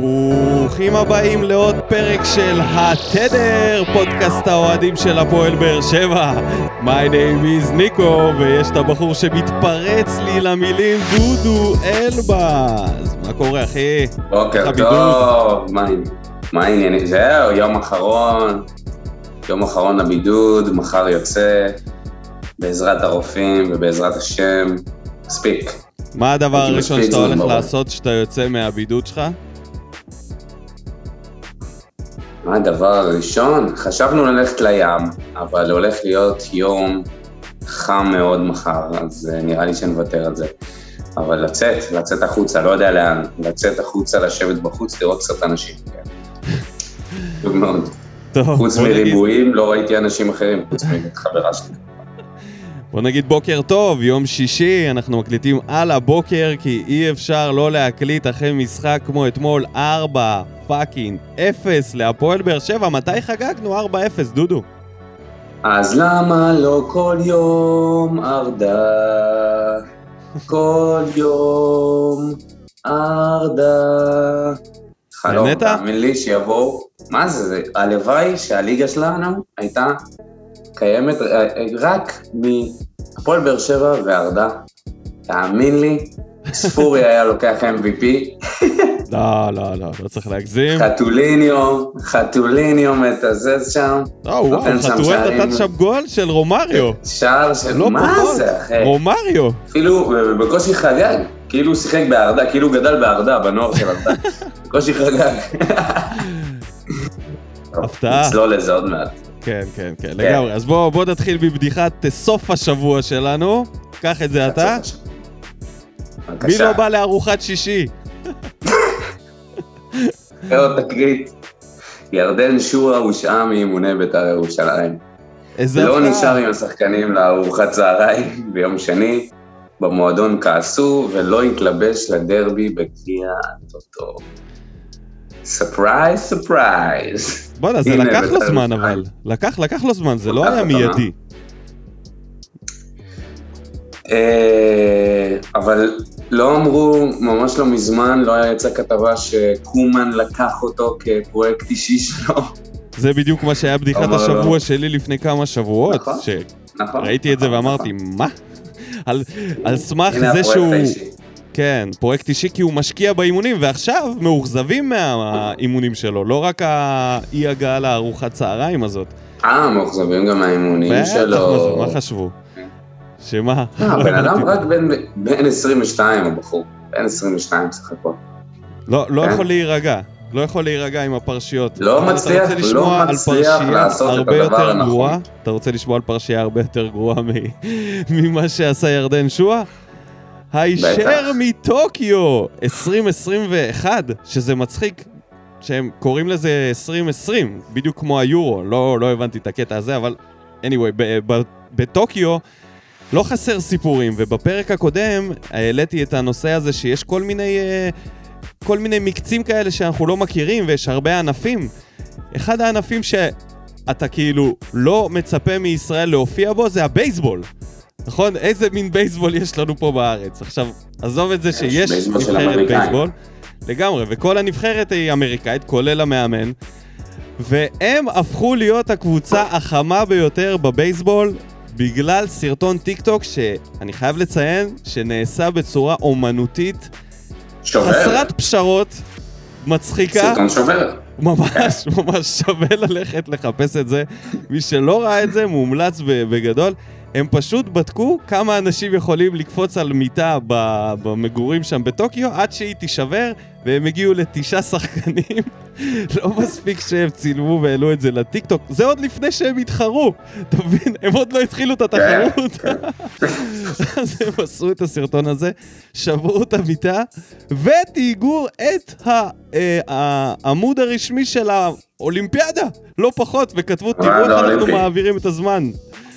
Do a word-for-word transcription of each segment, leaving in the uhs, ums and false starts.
ברוכים הבאים לעוד פרק של התדר, פודקאסט האוהדים של הפועל באר שבע. My name is ניקו, ויש את הבחור שמתפרץ לי למילים, דודו אלבז. מה קורה, אחי? בוקר טוב, מה העניינים? זהו, יום אחרון, יום אחרון לבידוד, מחר יוצא, בעזרת הרופאים ובעזרת השם, מספיק. מה הדבר הראשון שאתה הולך לעשות כשאתה יוצא מהבידוד שלך? מה הדבר הראשון? חשבנו ללכת לים, אבל הולך להיות יום חם מאוד מחר, אז נראה לי שנוותר על זה. אבל לצאת, לצאת החוצה, לא יודע לאן, לצאת החוצה, לשבת בחוץ, לראות קצת אנשים. טוב מאוד. חוץ מריבועים, לא ראיתי אנשים אחרים, חוץ מחברה שלי. בוא נגיד בוקר טוב, יום שישי, אנחנו מקליטים על הבוקר, כי אי אפשר לא להקליט אחרי משחק כמו אתמול, ארבע פאקינג אפס להפועל באר שבע. מתי חגגנו ארבע אפס, דודו? אז למה לא כל יום ארדה, כל יום ארדה. חלום, תאמין לי שיבואו, מה זה, הלוואי שהליגה שלנו הייתה קיימת רק מהפועל באר שבע וארדה. תאמין לי, ספורי היה לוקח אם וי פי. לא, לא, לא, לא צריך להגזים. חתוליניו, חתוליניו מתזז שם. לא, וואו, חתואל נתן שם גול של רומריו. שער של, מה זה אחי? רומריו. אפילו בקושי חגג, כאילו הוא שיחק בארדה, כאילו הוא גדל בארדה, בנוער של ארדה. בקושי חגג. הפתעה. נצלול לזה עוד מעט. כן, כן, כן, לגמרי. אז בוא, בוא נתחיל בבדיחת סוף השבוע שלנו. קח את זה אתה. מי לא בא לארוחת שישי? עוד תקרית. ירדן שועה הושעה מאימוני בית"ר ירושלים. לא נשאר עם השחקנים לארוחת צהריים ביום שני. במועדון כעסו ולא התלבש לדרבי בגביע הטוטו. ספרייז, ספרייז. בוא'נה, זה לקח לו זמן אבל. לקח, לקח לו זמן, זה לא היה מיידי. אבל לא אמרו, ממש לא מזמן, לא היה יצא כתבה שקומן לקח אותו כפרויקט אישי שלו. זה בדיוק מה שהיה בדיחת השבוע שלי לפני כמה שבועות. ראיתי את זה ואמרתי, מה? על סמך זה שהוא... כן, פרויקט אישי כי הוא משקיע באימונים, ועכשיו מאוכזבים מהאימונים שלו, לא רק האי הגעה לארוחת צהריים הזאת. אה, מאוכזבים גם מהאימונים שלו. מה חשבו? שמה? בן אדם רק בין עשרים ושתיים, הבחור. בין עשרים ושתיים צריך הכל. לא יכול להירגע. לא יכול להירגע עם הפרשיות. לא מצליח, לא מצליח לעשות את הדבר הנכון. אתה רוצה לשמוע על פרשייה הרבה יותר גרועה ממה שעשה ירדן שועה? הישר מטוקיו עשרים עשרים ואחת, שזה מצחיק שהם קוראים לזה עשרים עשרים, בדיוק כמו היורו, לא, לא הבנתי את הקטע הזה, אבל anyway, בטוקיו לא חסר סיפורים, ובפרק הקודם העליתי את הנושא הזה שיש כל מיני, כל מיני מקצים כאלה שאנחנו לא מכירים, ויש הרבה ענפים. אחד הענפים שאתה כאילו לא מצפה מישראל להופיע בו זה הבייסבול. נכון? איזה מין בייסבול יש לנו פה בארץ? עכשיו, עזוב את זה שיש נבחרת בייסבול, לגמרי, וכל הנבחרת היא אמריקאית, כולל המאמן, והם הפכו להיות הקבוצה החמה ביותר בבייסבול, בגלל סרטון טיק טוק, שאני חייב לציין, שנעשה בצורה אומנותית, שובר. חסרת פשרות, מצחיקה. סרטון שובר. ממש, ממש שווה ללכת לחפש את זה. מי שלא ראה את זה, מומלץ בגדול. הם פשוט בדקו כמה אנשים יכולים לקפוץ על מיטה במגורים שם בטוקיו, עד שהיא תישבר, והם הגיעו לתשעה שחקנים. לא מספיק שהם צילמו והעלו את זה לטיקטוק. זה עוד לפני שהם התחרו. אתה מבין? הם עוד לא התחילו את התחרות. אז הם עשו את הסרטון הזה, שברו את המיטה, ותיגעו את העמוד הרשמי של האולימפיאדה. לא פחות, וכתבו, תראו איך אנחנו מעבירים את הזמן.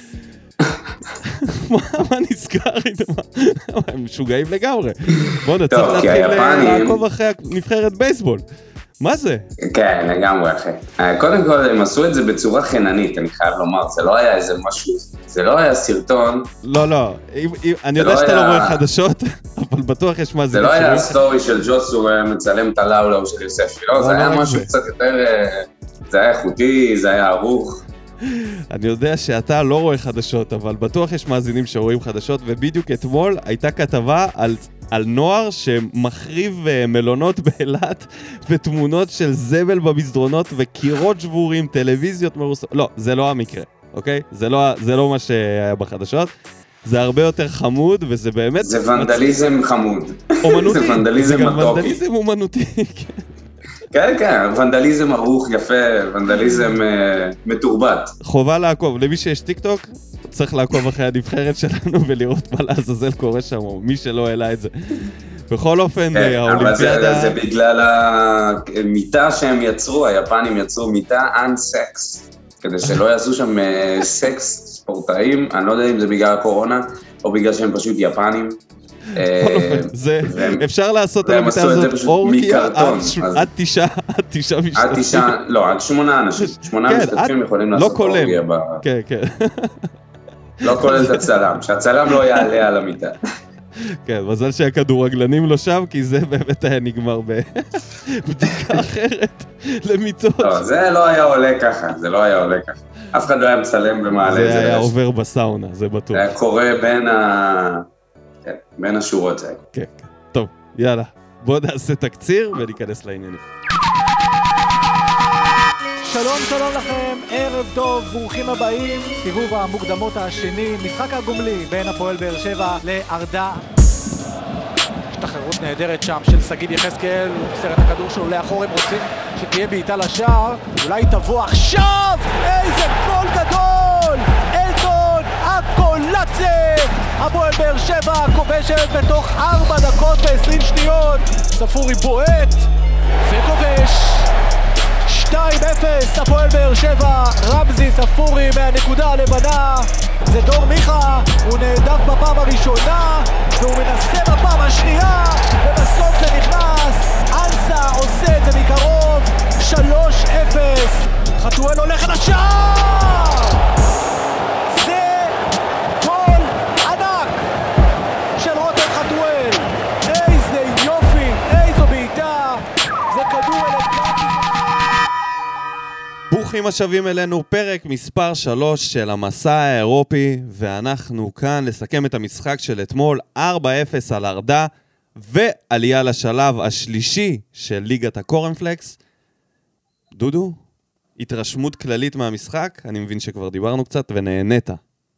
מה נסגר איתם? הם משוגעים לגמרי. בוא נצטרך להתחיל לעקוב אחרי נבחרת בייסבול. מה זה? כן, לגמרי אחי. קודם כל הם עשו את זה בצורה חיננית, אני חייב לומר, זה לא היה איזה משהו זה לא היה סרטון. לא, לא, אני יודע שאתה לא רואה חדשות, אבל בטוח יש מה זה. זה לא היה הסטורי של ג'וסו מצלם את הלאולאו של יוספי, לא, זה היה משהו קצת יותר, זה היה איכותי, זה היה ערוך. אני יודע שאתה לא רואה חדשות, אבל בטוח יש מאזינים שרואים חדשות, ובדיוק אתמול הייתה כתבה על, על נוער שמחריב מלונות באילת, ותמונות של זבל במסדרונות, וקירות שבורים, טלוויזיות מרוסות. לא, זה לא המקרה, אוקיי? זה לא, זה לא מה שהיה בחדשות. זה הרבה יותר חמוד, וזה באמת... זה ונדליזם מצ... חמוד. אומנותי. זה ונדליזם מתוקי. זה גם ונדליזם אומנותי, כן. כן, כן, ונדליזם ערוך יפה, ונדליזם uh, מתורבת. חובה לעקוב, למי שיש טיק טוק, צריך לעקוב אחרי הנבחרת שלנו ולראות מה לעזאזל קורה שם, או מי שלא העלה את זה. בכל אופן, כן, האולימפיאדה... אבל זה, זה בגלל המיטה שהם יצרו, היפנים יצרו מיטה אנסקס, כדי שלא יעשו שם uh, סקס ספורטאים, אני לא יודע אם זה בגלל הקורונה, או בגלל שהם פשוט יפנים. אפשר לעשות על המיטה הזאת אורקיה עד תשעה, עד תשעה משתתפים. עד תשעה, לא, עד שמונה אנשים, שמונה משתתפים יכולים לעשות אורקיה. כן, כן. לא כולל את הצלם, שהצלם לא יעלה על המיטה. כן, מזל שהכדורגלנים לא שם, כי זה באמת היה נגמר בבדיקה אחרת למיטות. לא, זה לא היה עולה ככה, זה לא היה עולה ככה. אף אחד לא היה מצלם במעלה. זה היה עובר בסאונה, זה בטוח. זה היה קורה בין ה... כן, בין השורות זה. כן, כן. טוב, יאללה. בואו נעשה תקציר וניכנס לעניינים. שלום, שלום לכם, ערב טוב, ברוכים הבאים. סיבוב המוקדמות השני, משחק הגומלי בין הפועל באר שבע לארדה. השתחררות נהדרת שם של סגיד יחזקאל, הוא מוסר את הכדור שלו לאחור, הם רוצים שתהיה בעיטה לשער, אולי תבוא עכשיו, איזה גול גדול! אלטון הקולצה! הפועל באר שבע כובשת בתוך ארבע דקות ועשרים שניות, ספורי בועט וכובש. שתיים אפס, הפועל באר שבע, רמזי ספורי מהנקודה הלבנה, זה דור מיכה, הוא נהדף בפעם הראשונה, והוא מנסה בפעם השנייה, ובסוף זה נכנס, אנסה עושה את זה מקרוב, שלוש אפס, חתואל הולך לשער! זה גול ענק של רותם חתואל, איזה יופי, איזו בעיטה, זה כדור אלקטרטי. ברוכים השבים אלינו, פרק מספר שלוש של המסע האירופי, ואנחנו כאן לסכם את המשחק של אתמול, ארבע אפס על ארדה, ועלייה לשלב השלישי של ליגת הקורנפלקס. דודו, התרשמות כללית מהמשחק, אני מבין שכבר דיברנו קצת ונהנית.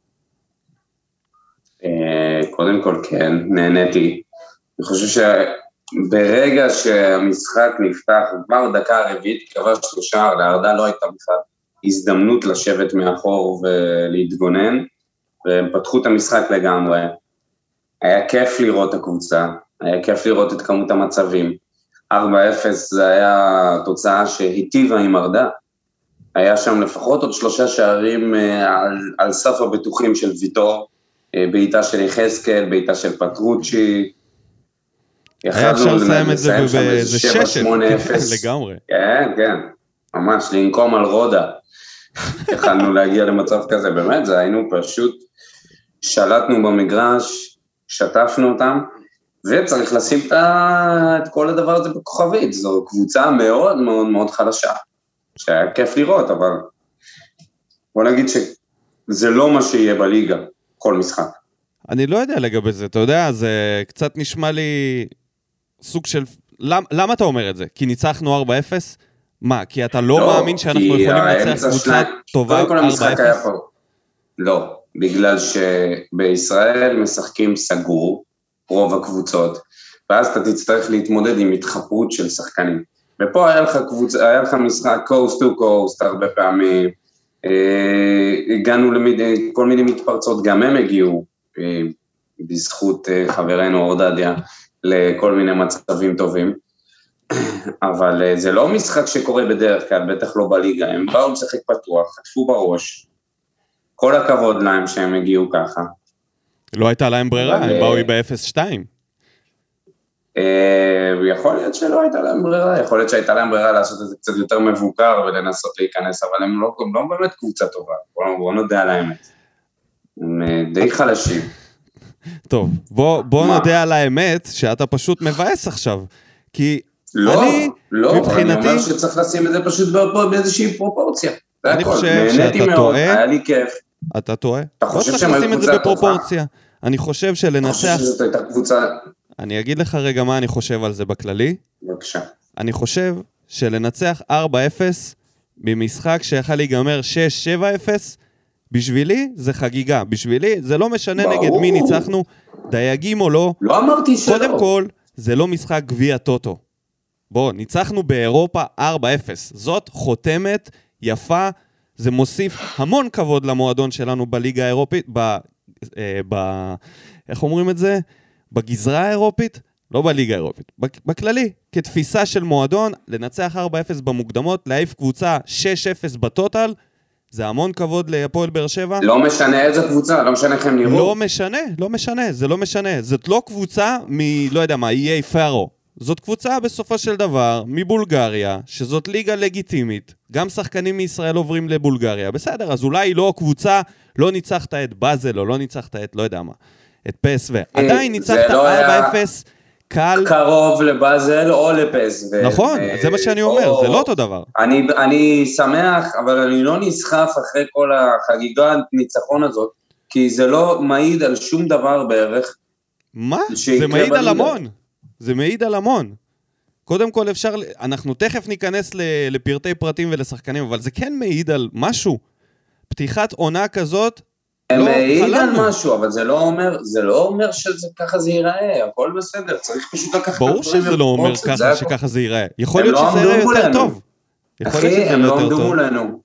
קודם כל כן, נהניתי. אני חושב ש... ברגע שהמשחק נפתח, כבר דקה הרביעית, כבש שלושה, לארדה לא הייתה בכלל הזדמנות לשבת מאחור ולהתגונן, והם פתחו את המשחק לגמרי. היה כיף לראות את הקבוצה, היה כיף לראות את כמות המצבים. ארבע אפס זה היה תוצאה שהיטיבה עם ארדה. היה שם לפחות עוד שלושה שערים על, על סף הבטוחים של ויטור, בעיטה של יחזקאל, בעיטה של פטרוצ'י, היה אפשר לסיים את זה באיזה ששת, לגמרי. כן, כן, ממש, לנקום על רודה. יכלנו להגיע למצב כזה, באמת, זה היינו פשוט, שלטנו במגרש, שטפנו אותם, וצריך לשים את כל הדבר הזה בכוכבית. זו קבוצה מאוד מאוד מאוד חלשה, שהיה כיף לראות, אבל בוא נגיד שזה לא מה שיהיה בליגה, כל משחק. אני לא יודע לגבי זה, אתה יודע, זה קצת נשמע לי... סוג של... למ, למה אתה אומר את זה? כי ניצחנו ארבע אפס? מה? כי אתה לא, לא מאמין שאנחנו יכולים לנצח קבוצה טובה ארבע אפס? לא, בגלל שבישראל משחקים סגור, רוב הקבוצות, ואז אתה תצטרך להתמודד עם התחפרות של שחקנים. ופה היה לך, קבוצ... היה לך משחק coast to coast הרבה פעמים, אה, הגענו לכל מיני מתפרצות, גם הם הגיעו, אה, בזכות אה, חברנו אורדדיה, לכל מיני מצבים טובים, אבל זה לא משחק שקורה בדרך כלל, בטח לא בליגה, הם באו לשחק פתוח, חטפו בראש, כל הכבוד להם שהם הגיעו ככה. לא הייתה להם ברירה, הם באו ב-אפס שתיים. יכול להיות שלא הייתה להם ברירה, יכול להיות שהייתה להם ברירה לעשות את זה קצת יותר מבוקר ולנסות להיכנס, אבל הם לא באמת קבוצה טובה, בואו נודע על האמת. הם די חלשים. טוב, בוא, בוא נדע על האמת שאתה פשוט מבאס עכשיו, כי לא, אני, לא, מבחינתי... אני אומר שצריך לשים את זה פשוט באיזושהי פרופורציה. אני חושב שאתה טועה. היה לי כיף. אתה טועה. אתה לא חושב צריך לשים את זה בפרופורציה. אני חושב שלנצח... אתה חושב שזאת הייתה קבוצה... אני אגיד לך רגע מה אני חושב על זה בכללי. בבקשה. אני חושב שלנצח ארבע אפס במשחק שיכל להיגמר שש שבע אפס, בשבילי זה חגיגה. בשבילי זה לא משנה ברור. נגד מי ניצחנו, דייגים או לא. לא אמרתי שלא. קודם כל, זה לא משחק גביע טוטו. בוא, ניצחנו באירופה ארבע אפס. זאת חותמת יפה, זה מוסיף המון כבוד למועדון שלנו בליגה האירופית, ב... אה, ב... איך אומרים את זה? בגזרה האירופית? לא בליגה האירופית. בכללי, כתפיסה של מועדון, לנצח ארבע אפס במוקדמות, להעיף קבוצה שש אפס בטוטל, זה המון כבוד להפועל באר שבע. לא משנה איזה קבוצה, לא משנה איך הם נראו. לא משנה, לא משנה, זה לא משנה. זאת לא קבוצה מ... לא יודע מה, איי פארו. זאת קבוצה בסופו של דבר מבולגריה, שזאת ליגה לגיטימית. גם שחקנים מישראל עוברים לבולגריה. בסדר, אז אולי לא קבוצה, לא ניצחת את בזל, או לא ניצחת את, לא יודע מה, את פ אס וי. עדיין ניצחת ארבע אפס, קל. קרוב לבזל או לפ אס וי. נכון, זה מה שאני אומר, זה לא אותו דבר. אני, אני שמח, אבל אני לא נסחף אחרי כל החגיגה הניצחון הזאת, כי זה לא מעיד על שום דבר בערך. מה? זה מעיד על המון. זה מעיד על המון. קודם כל אפשר, אנחנו תכף ניכנס לפרטי פרטים ולשחקנים, אבל זה כן מעיד על משהו. פתיחת עונה כזאת, לא מעיד על משהו, אבל זה לא אומר, זה לא אומר שככה זה ייראה, הכל בסדר, צריך פשוט לקחת... ברור שזה לא אומר ככה שככה זה ייראה. יכול להיות שזה יראה יותר טוב. אחי, הם לא עמדו מולנו.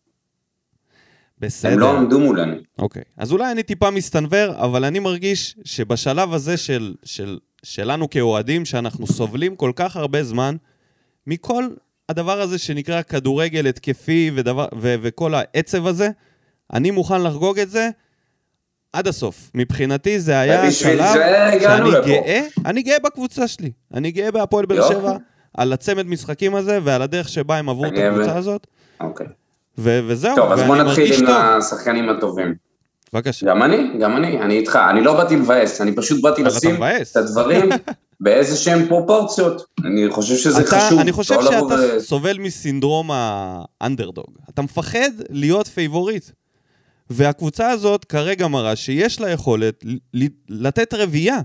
בסדר. הם לא עמדו מולנו. אוקיי, אז אולי אני טיפה מסתנבר, אבל אני מרגיש שבשלב הזה של, של, שלנו כאוהדים, שאנחנו סובלים כל כך הרבה זמן, מכל הדבר הזה שנקרא כדורגל התקפי ודבר, ו, וכל העצב הזה, אני מוכן לחגוג את זה עד הסוף. מבחינתי זה היה שלב שאני גאה, אני גאה בקבוצה שלי. אני גאה בהפועל באר שבע, על הצמד משחקים הזה, ועל הדרך שבה הם עברו את הקבוצה הזאת. אוקיי. וזהו. טוב, אז בוא נתחיל עם השחקנים הטובים. בבקשה. גם אני, גם אני, אני איתך. אני לא באתי לבאס, אני פשוט באתי לשים את הדברים באיזה שהם פרופורציות. אני חושב שזה חשוב. אני חושב שאתה סובל מסינדרום האנדרדוג. אתה מפחד להיות פייבוריט. והקבוצה הזאת כרגע מראה שיש לה יכולת לתת רבייה.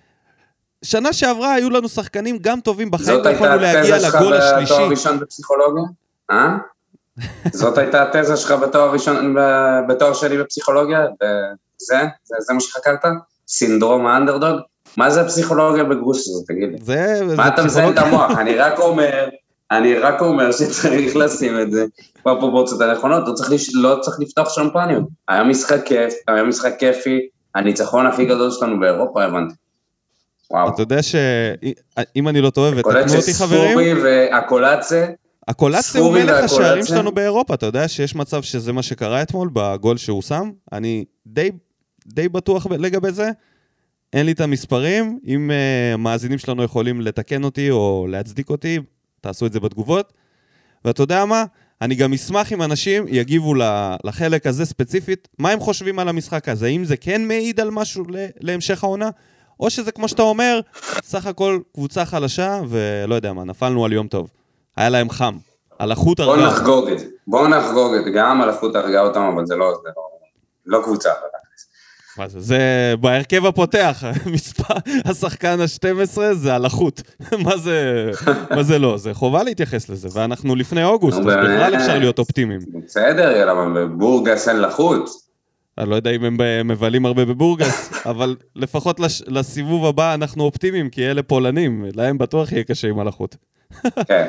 שנה שעברה היו לנו שחקנים גם טובים בחיים, יכולנו להגיע לגול השלישי. זאת הייתה התזה שלך בתואר ראשון בפסיכולוגיה? אה? זאת הייתה התזה שלך בתואר ראשון, בתואר שלי בפסיכולוגיה? זה? זה מה שחקרת? סינדרום האנדרדוג? מה זה הפסיכולוגיה בגרוש הזאת, תגיד לי? זה... מה אתה מזיין את המוח? אני רק אומר... אני רק אומר שצריך לשים את זה בפרופורציות הנכונות, לא צריך לפתוח שמפניות. היה משחק כיף, היה משחק כיפי, הניצחון הכי גדול שלנו באירופה, הבנתי. וואו. אתה יודע שאם אני לא טועה, ותקנו אותי חברים. ספורי והקולציה. הקולציה הוא מלך השערים שלנו באירופה, אתה יודע שיש מצב שזה מה שקרה אתמול בגול שהוא שם, אני די, די בטוח לגבי זה, אין לי את המספרים, אם המאזינים שלנו יכולים לתקן אותי או להצדיק אותי, תעשו את זה בתגובות, ואתה יודע מה? אני גם אשמח אם אנשים יגיבו לחלק הזה ספציפית, מה הם חושבים על המשחק הזה, האם זה כן מעיד על משהו להמשך העונה, או שזה כמו שאתה אומר, סך הכל קבוצה חלשה, ולא יודע מה, נפלנו על יום טוב, היה להם חם, על החוט הרגע. בואו נחגוג את זה, בואו נחגוג את זה, גם על החוט הרגע אותם, אבל זה לא, זה לא, לא קבוצה. מה זה? זה בהרכב הפותח, מספר, השחקן ה-שתים עשרה זה על החוט. מה זה, מה זה לא? זה חובה להתייחס לזה, ואנחנו לפני אוגוסט, אז בכלל אפשר להיות אופטימיים. בסדר, למה בבורגס אין לחוץ? אני לא יודע אם הם מבלים הרבה בבורגס, אבל לפחות לסיבוב הבא אנחנו אופטימיים, כי אלה פולנים, להם בטוח יהיה קשה עם על החוט. כן.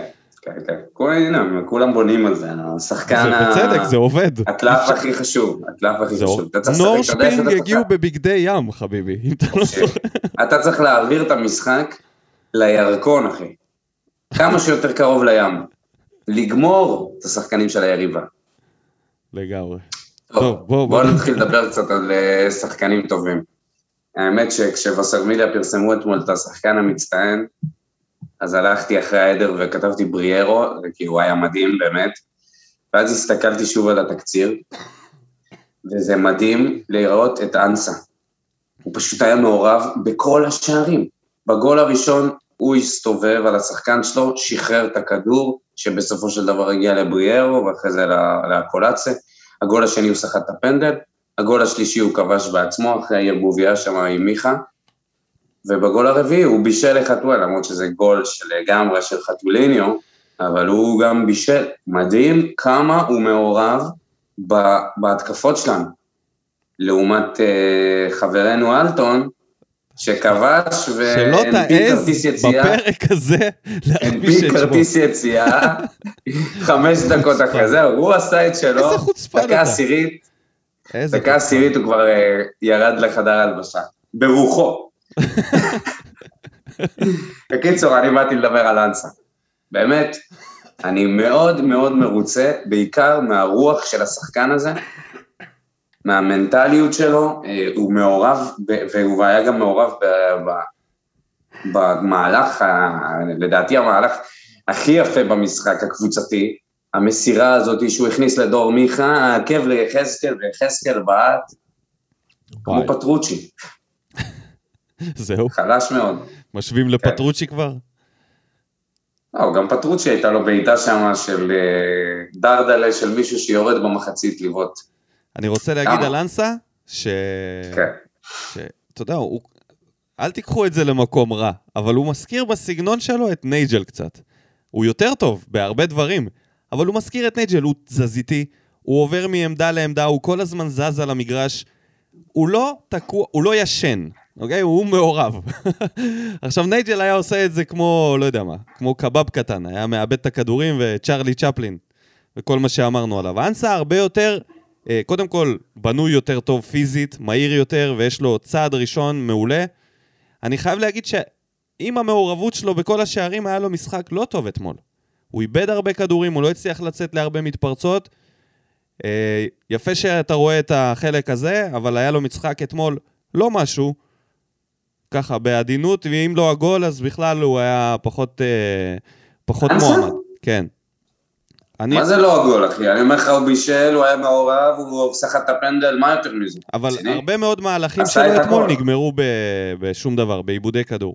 כולם בונים על זה, השחקן... זה בצדק, זה עובד. הקלף הכי חשוב, הקלף הכי חשוב. נורשפינג הגיעו בבגדי ים, חביבי. אתה צריך להעביר את המשחק לירקון, אחי. כמה שיותר קרוב לים. לגמור את השחקנים של היריבה. לגמרי. טוב, בואו נתחיל לדבר קצת על שחקנים טובים. האמת שכשבסרמיליה פרסמו אתמול את השחקן המצטיין, אז הלכתי אחרי העדר וכתבתי בריארו, כי הוא היה מדהים באמת, ואז הסתכלתי שוב על התקציר, וזה מדהים לראות את אנסה. הוא פשוט היה מעורב בכל השערים. בגול הראשון הוא הסתובב על השחקן שלו, שחרר את הכדור, שבסופו של דבר הגיע לבריארו, ואחרי זה לקולציה. הגול השני הוא שחט את הפנדל, הגול השלישי הוא כבש בעצמו, אחרי הערבוביה שם עם מיכה, ובגול הרביעי הוא בישל לחתואל, למרות שזה גול של לגמרי של חתוליניו, אבל הוא גם בישל, מדהים כמה הוא מעורב בהתקפות שלנו, לעומת uh, חברנו אלטון, שכבש והנפיק כרטיס יציאה, בפרק הזה, הנפיק כרטיס יציאה, חמש דקות אחרי זה, הוא עשה את שלו, דקה עשירית, דקה עשירית הוא כבר ירד לחדר הלבשה, ברוחו. בקיצור, אני באתי לדבר על אנסה. באמת, אני מאוד מאוד מרוצה, בעיקר מהרוח של השחקן הזה, מהמנטליות שלו, הוא מעורב, והוא היה גם מעורב במהלך, לדעתי המהלך הכי יפה במשחק הקבוצתי, המסירה הזאת שהוא הכניס לדור מיכה, העקב ליחזקאל, ויחזקאל בעט, כמו פטרוצ'י. זהו. חלש מאוד. משווים לפטרוצ'י כבר? לא, גם פטרוצ'י הייתה לו בעיטה שם של דרדלה, של מישהו שיורד במחצית לבעוט. אני רוצה להגיד על אנסה, ש... כן. אתה יודע, אל תיקחו את זה למקום רע, אבל הוא מזכיר בסגנון שלו את נייג'ל קצת. הוא יותר טוב בהרבה דברים, אבל הוא מזכיר את נייג'ל, הוא תזזיתי, הוא עובר מעמדה לעמדה, הוא כל הזמן זז על המגרש, הוא לא תקוע, הוא לא ישן, אוקיי? הוא מעורב. עכשיו נייג'ל היה עושה את זה כמו, לא יודע מה, כמו קבב קטן, היה מאבד את הכדורים וצ'רלי צ'פלין, וכל מה שאמרנו עליו. אנסה הרבה יותר, קודם כל, בנוי יותר טוב פיזית, מהיר יותר, ויש לו צעד ראשון מעולה. אני חייב להגיד שאם המעורבות שלו בכל השערים היה לו משחק לא טוב אתמול. הוא איבד הרבה כדורים, הוא לא הצליח לצאת להרבה מתפרצות. יפה שאתה רואה את החלק הזה, אבל היה לו משחק אתמול לא משהו, ככה בעדינות, ואם לא הגול, אז בכלל הוא היה פחות, פחות מועמד. כן. אני... מה זה לא הגול, אחי? אני אומר לך, הוא בישל, הוא היה מעורב, הוא שחט את הפנדל, מה יותר מזה? אבל שני? הרבה מאוד מהלכים שלו אתמול נגמרו ב... בשום דבר, בעיבודי כדור.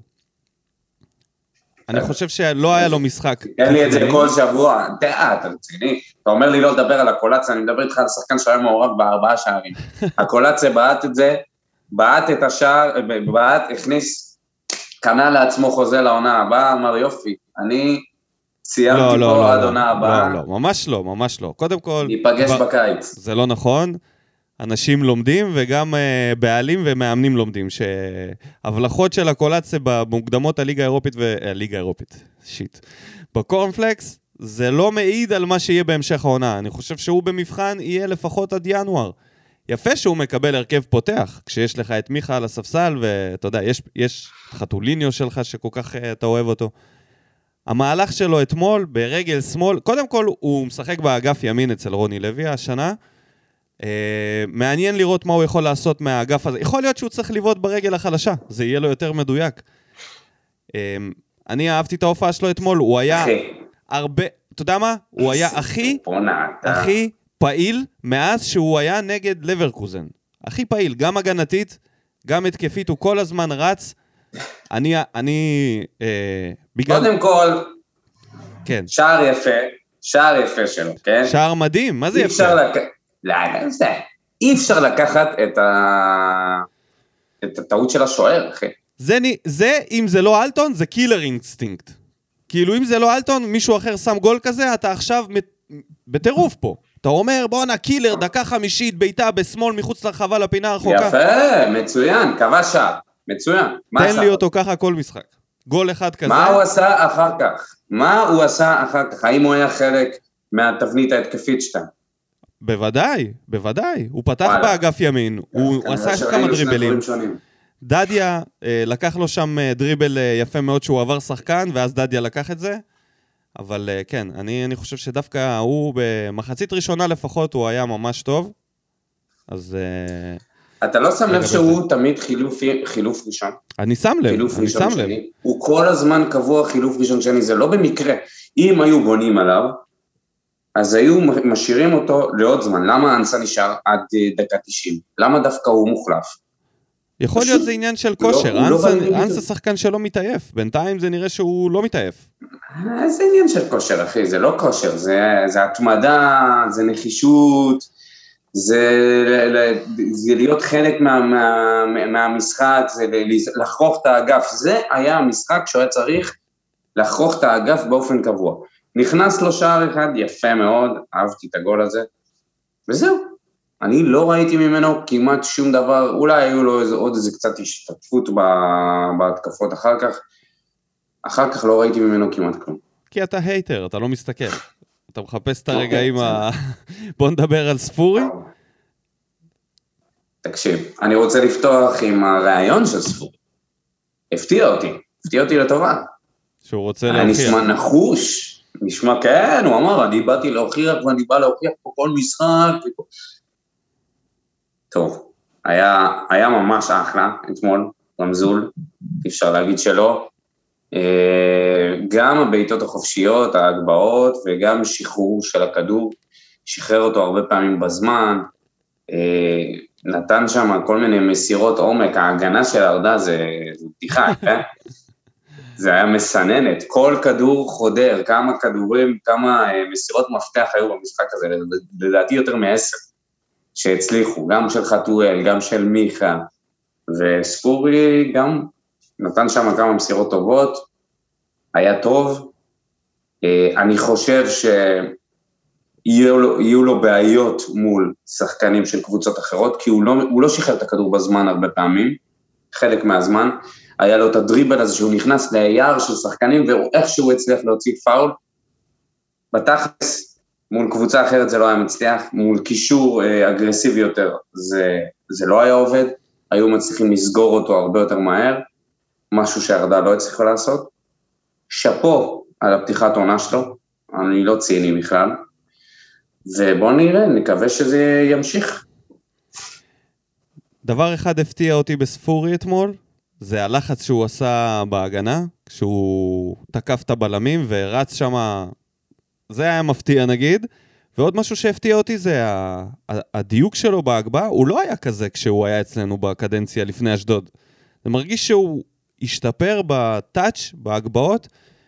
אני חושב שלא היה לו משחק. תן לי את זה כל שבוע, אתה רציני. אתה אומר לי לא לדבר על הקולציה, אני מדבר איתך על שחקן שהיה מעורב בארבעה שערים. הקולציה בעט את זה, בעט את השער, בעט, הכניס, קנה לעצמו חוזה לעונה הבאה, אמר יופי, אני... סיימתי לא, פה לא, עד לא, עונה הבאה. לא, לא, ממש לא, ממש לא. קודם כל... ניפגש כבר... בקיץ. זה לא נכון. אנשים לומדים, וגם uh, בעלים ומאמנים לומדים, שהבלחות של הקולציה במוקדמות הליגה האירופית, והליגה האירופית, שיט. בקורנפלקס, זה לא מעיד על מה שיהיה בהמשך העונה. אני חושב שהוא במבחן יהיה לפחות עד ינואר. יפה שהוא מקבל הרכב פותח, כשיש לך את מיכה על הספסל, ואתה יודע, יש, יש חתוליניו שלך שכל כך uh, אתה אוהב אותו. המהלך שלו אתמול ברגל שמאל, קודם כל הוא משחק באגף ימין אצל רוני לוי השנה, אה, מעניין לראות מה הוא יכול לעשות מהאגף הזה, יכול להיות שהוא צריך לבעוט ברגל החלשה, זה יהיה לו יותר מדויק. אה, אני אהבתי את ההופעה שלו אתמול, הוא היה הרבה, אתה יודע מה? הוא היה הכי, הכי פעיל מאז שהוא היה נגד לברקוזן, הכי פעיל, גם הגנתית, גם התקפית, הוא כל הזמן רץ, אני, אני, אה, בגלל... קודם כל, כן. שער יפה, שער יפה שלו, כן? שער מדהים, מה זה יפה? אפשר לק... לא, זה, אי אפשר לקחת את ה... את הטעות של השוער, אחי. זה, זה, אם זה לא אלטון, זה קילר אינסטינקט. כאילו, אם זה לא אלטון, מישהו אחר שם גול כזה, אתה עכשיו בטירוף פה. אתה אומר, בוא נה, קילר, דקה חמישית, ביתה בשמאל, מחוץ לרחבה לפינה הרחוקה. יפה, מצוין, קבע שער. מצוין. תן לי אותו ככה כל משחק. גול אחד כזה. מה הוא עשה אחר כך? מה הוא עשה אחר כך? האם הוא היה חלק מהתבנית ההתקפית שלה? בוודאי, בוודאי. הוא פתח באגף ימין, הוא עשה כמה דריבלים. דדיה לקח לו שם דריבל יפה מאוד שהוא עבר שחקן, ואז דדיה לקח את זה. אבל כן, אני, אני חושב שדווקא הוא במחצית ראשונה לפחות הוא היה ממש טוב. אז... אתה לא שם לב שהוא תמיד חילוף, חילוף ראשון? אני שם לב, אני שם לב. הוא כל הזמן קבוע חילוף ראשון שני, זה לא במקרה. אם היו בונים עליו, אז היו משאירים אותו לעוד זמן. למה אנסה נשאר עד דקה תשעים? למה דווקא הוא מוחלף? יכול להיות זה עניין של כושר, אנסה שחקן שלא מתעייף, בינתיים זה נראה שהוא לא מתעייף. זה עניין של כושר, אחי, זה לא כושר, זה התמדה, זה נחישות, זה להיות חלק מהמשחק, זה לחרוך את האגף, זה היה המשחק שהוא היה צריך לחרוך את האגף באופן קבוע. נכנס לו שער אחד, יפה מאוד, אהבתי את הגול הזה, וזהו. אני לא ראיתי ממנו כמעט שום דבר, אולי היו לו איזה, עוד איזה קצת השתתפות בהתקפות אחר כך, אחר כך לא ראיתי ממנו כמעט כלום. כי אתה הייטר, אתה לא מסתכל. אתה מחפש את הרגעים ה... בוא נדבר על ספורי. תקשיב, אני רוצה לפתוח עם הרעיון של ספורי. הפתיע אותי, הפתיע אותי לטובה. שהוא רוצה להוכיח. אני נשמע נחוש, נשמע כן, הוא אמר, אני באתי להוכיח, ואני בא להוכיח פה כל משחק. טוב, היה, היה ממש אחלה אתמול, רמזול, אפשר להגיד שלא. גם הבעיטות החופשיות, ההגבהות, וגם שחרור של הכדור, שחרר אותו הרבה פעמים בזמן, נתן שם כל מיני מסירות עומק, ההגנה של הרדה זה, זה פתיחה, כן? זה היה מסננת, כל כדור חודר, כמה כדורים, כמה מסירות מפתח היו במשחק הזה, לדעתי יותר מעשר, שהצליחו, גם של חתואל, גם של מיכה, וספורי גם נתן שם כמה מסירות טובות, היה טוב, אני חושב שיהיו לו, יהיו לו בעיות מול שחקנים של קבוצות אחרות, כי הוא לא, הוא לא שחרר את הכדור בזמן הרבה פעמים, חלק מהזמן, היה לו את הדריבל הזה שהוא נכנס ליער של שחקנים, ואיכשהו הצליח להוציא פאול, בתכלס, מול קבוצה אחרת זה לא היה מצליח, מול קישור אגרסיבי יותר, זה, זה לא היה עובד, היו מצליחים לסגור אותו הרבה יותר מהר, משהו שהרדה לא הצליחה לעשות, שפו על הפתיחת עונה שלו, אני לא ציני בכלל, ובואו נראה, נקווה שזה ימשיך. דבר אחד הפתיע אותי בספורי אתמול, זה הלחץ שהוא עשה בהגנה, כשהוא תקף את הבלמים ורץ שם, זה היה מפתיע נגיד, ועוד משהו שהפתיע אותי זה הדיוק שלו בהגבה, הוא לא היה כזה כשהוא היה אצלנו בקדנציה לפני אשדוד. זה מרגיש שהוא השתפר בטאץ', בהגבהות,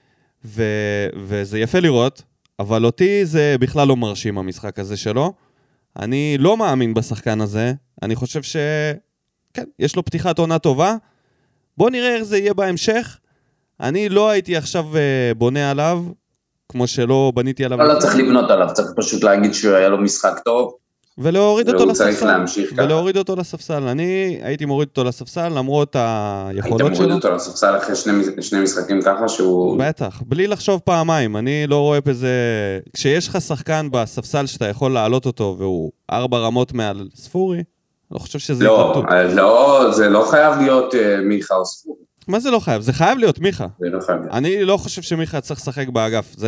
ו- וזה יפה לראות, אבל אותי זה בכלל לא מרשים המשחק הזה שלו. אני לא מאמין בשחקן הזה, אני חושב ש... כן, יש לו פתיחת עונה טובה, בוא נראה איך זה יהיה בהמשך. אני לא הייתי עכשיו בונה עליו, כמו שלא בניתי עליו. לא, לא צריך לבנות עליו, צריך פשוט להגיד שהיה לו משחק טוב. ולהוריד אותו לספסל. ולהוריד אותו לספסל. אני הייתי מוריד אותו לספסל, למרות היכולות שלו. היית מוריד אותו לספסל אחרי שני משחקים ככה שהוא... בטח, בלי לחשוב פעמיים. אני לא רואה בזה... כשיש לך שחקן בספסל שאתה יכול להעלות אותו, והוא ארבע רמות מעל ספורי, אני חושב שזה התלבטות. לא, זה לא חייב להיות מיכה או ספורי. מה זה לא חייב? זה חייב להיות מיכה. זה לא חייב להיות. אני לא חושב שמיכה צריך לשחק באגף. זה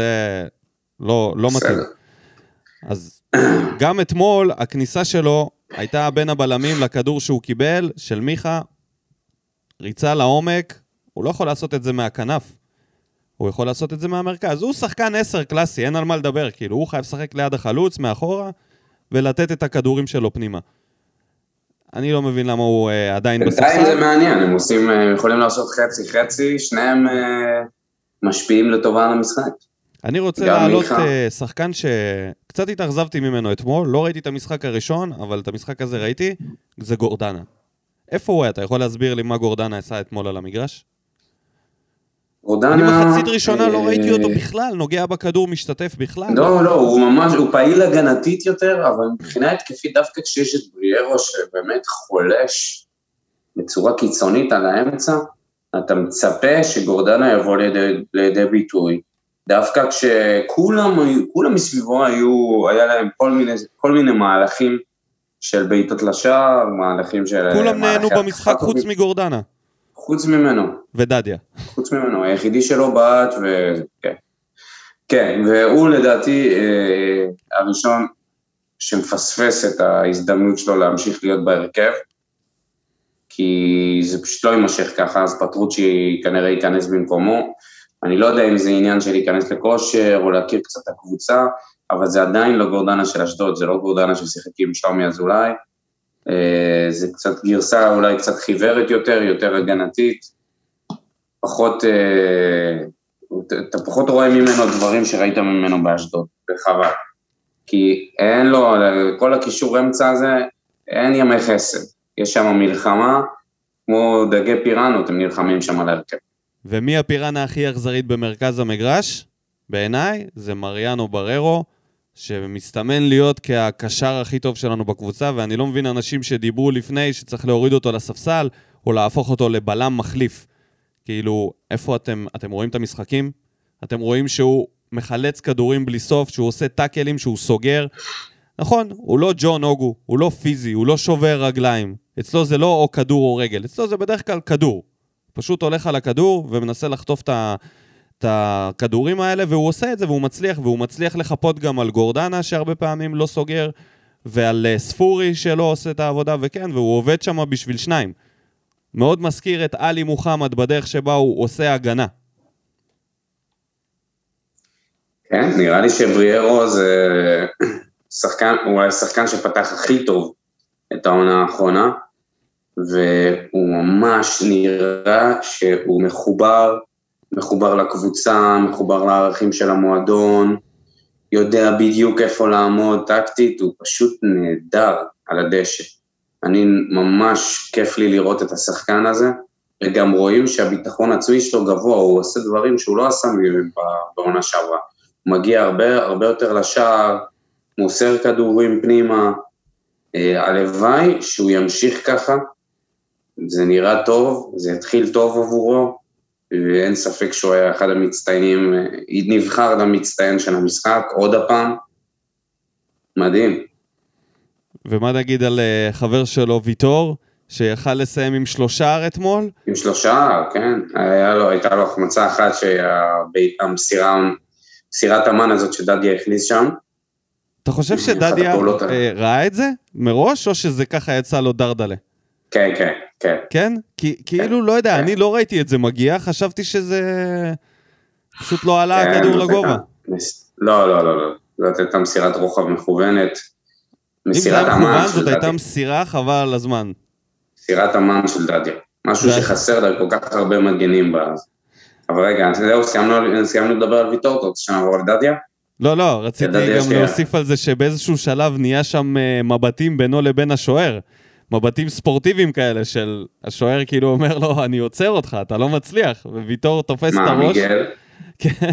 לא, לא מתאים. אז גם אתמול, הכניסה שלו הייתה בין הבלמים לכדור שהוא קיבל, של מיכה, ריצה לעומק, הוא לא יכול לעשות את זה מהכנף, הוא יכול לעשות את זה מהמרכז, הוא שחקן עשר קלאסי, אין על מה לדבר, כאילו הוא חייב לשחק ליד החלוץ, מאחורה, ולתת את הכדורים שלו פנימה. אני לא מבין למה הוא אה, עדיין בספסל. בינתיים זה מעניין, הם עושים, יכולים לעשות חצי חצי, שניהם אה, משפיעים לטובה על המשחק. אני רוצה לעלות uh, שחקן שקצת התאכזבתי ממנו אתמול, לא ראיתי את המשחק הראשון, אבל את המשחק הזה ראיתי, זה גורדנה. איפה הוא היה? אתה יכול להסביר לי מה גורדנה עשה אתמול על המגרש? גורדנה... אני מחצית ראשונה לא ראיתי אותו בכלל, נוגע בכדור, משתתף בכלל. לא, לא, הוא ממש, הוא פעיל הגנתית יותר, אבל מבחינה התקפית דווקא כשיש את בריארו שבאמת חולש בצורה קיצונית על האמצע, אתה מצפה שגורדנה יבוא לידי, לידי ביטוי. דווקא כשכולם כולם מסביבו היו, היה להם כל מיני, כל מיני מהלכים של בעיטות לשער, מהלכים של... כולם נהנו במשחק חוץ מגורדנה. חוץ ממנו. ודדיה. חוץ ממנו, היחידי שלו בעט, ו... כן. כן, והוא לדעתי אה, הראשון שמפספס את ההזדמנות שלו להמשיך להיות בהרכב, כי זה פשוט לא יימשך ככה, אז פטרוצ'י כנראה ייכנס במקומו, אני לא יודע אם זה עניין של להיכנס לכושר, או להכיר קצת את הקבוצה, אבל זה עדיין לא גורדנה של אשדוד, זה לא גורדנה ששיחקים שלומי אזולאי, זה קצת גרסה אולי קצת חיוורת יותר, יותר הגנתית, פחות, אתה פחות רואה ממנו דברים שראית ממנו באשדוד, בחווה, כי אין לו, כל הקישור אמצע הזה, אין ימי חסד, יש שם מלחמה, כמו דגי פיראנות, הם נלחמים שם על הרכב. ומי הפירנה הכי אכזרית במרכז המגרש? בעיניי זה מריאנו בררו, שמסתמן להיות כהקשר הכי טוב שלנו בקבוצה, ואני לא מבין אנשים שדיברו לפני שצריך להוריד אותו לספסל, או להפוך אותו לבלם מחליף. כאילו, איפה אתם, אתם רואים את המשחקים? אתם רואים שהוא מחלץ כדורים בלי סוף, שהוא עושה טאקלים, שהוא סוגר. נכון, הוא לא ג'ון אוגו, הוא לא פיזי, הוא לא שובר רגליים. אצלו זה לא או כדור או רגל, אצלו זה בדרך כלל כדור. פשוט הולך על הכדור ומנסה לחטוף את ה... את הכדורים האלה, והוא עושה את זה, והוא מצליח, והוא מצליח לחפות גם על גורדנה, שהרבה פעמים לא סוגר, ועל ספורי שלא עושה את העבודה, וכן, והוא עובד שם בשביל שניים. מאוד מזכיר את אלי מוחמד בדרך שבה הוא עושה הגנה. כן, נראה לי שבריארו זה שחקן, הוא היה שחקן שפתח הכי טוב את העונה האחרונה, והוא ממש נראה שהוא מחובר, מחובר לקבוצה, מחובר לערכים של המועדון, יודע בדיוק איפה לעמוד טקטית, הוא פשוט נהדר על הדשא. אני ממש כיף לי לראות את השחקן הזה, וגם רואים שהביטחון עצמי שלו גבוה, הוא עושה דברים שהוא לא עשה בעונה שעברה. הוא מגיע הרבה, הרבה יותר לשער, מוסר כדורים פנימה, הלוואי שהוא ימשיך ככה, זה נראה טוב, זה התחיל טוב עבורו, ואין ספק שהוא היה אחד המצטיינים, נבחר למצטיין של המשחק, עוד הפעם, מדהים. ומה נגיד על חבר שלו, ויטור, שיכל לסיים עם שלושה אתמול? עם שלושה, כן, היה לו, הייתה לו החמצה אחת שהמסירה, מסירת המן הזאת שדדיה הכניס שם. אתה חושב שדדיה ראה את זה מראש, או שזה ככה יצא לו דרדלה? כן, כן, כן. כן? כי, כאילו, לא יודע, אני לא ראיתי את זה מגיע, חשבתי שזה פשוט לא עלה הכדור לגובה. לא, לא, לא, לא. זאת הייתה מסירת רוחב מכוונת. אם זה היה מכוון, זאת הייתה מסירה חבל על הזמן. מסירת המן של דדיה. משהו שחסר לה כל כך הרבה מגנים באז. אבל רגע, זהו, סיימנו לדבר על ויטור, אתה רוצה שנעבור על דדיה? לא, לא, רציתי גם להוסיף על זה שבאיזשהו שלב נהיה שם מבטים בינו לבין השוער. מבטים ספורטיביים כאלה של השוער כאילו אומר לו, אני עוצר אותך, אתה לא מצליח, וויטור תופס את הראש. מה, מיגל? כן.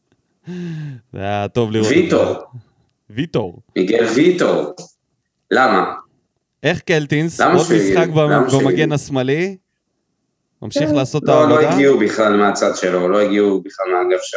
זה היה טוב לראות. ויטור. ויטור. מיגל ויטור. למה? איך קלטינס, עוד משחק במגן השמאלי, ממשיך לעשות את העבודה? העבודה? לא הגיעו בכלל מהצד שלו, לא הגיעו בכלל מהאגף שם.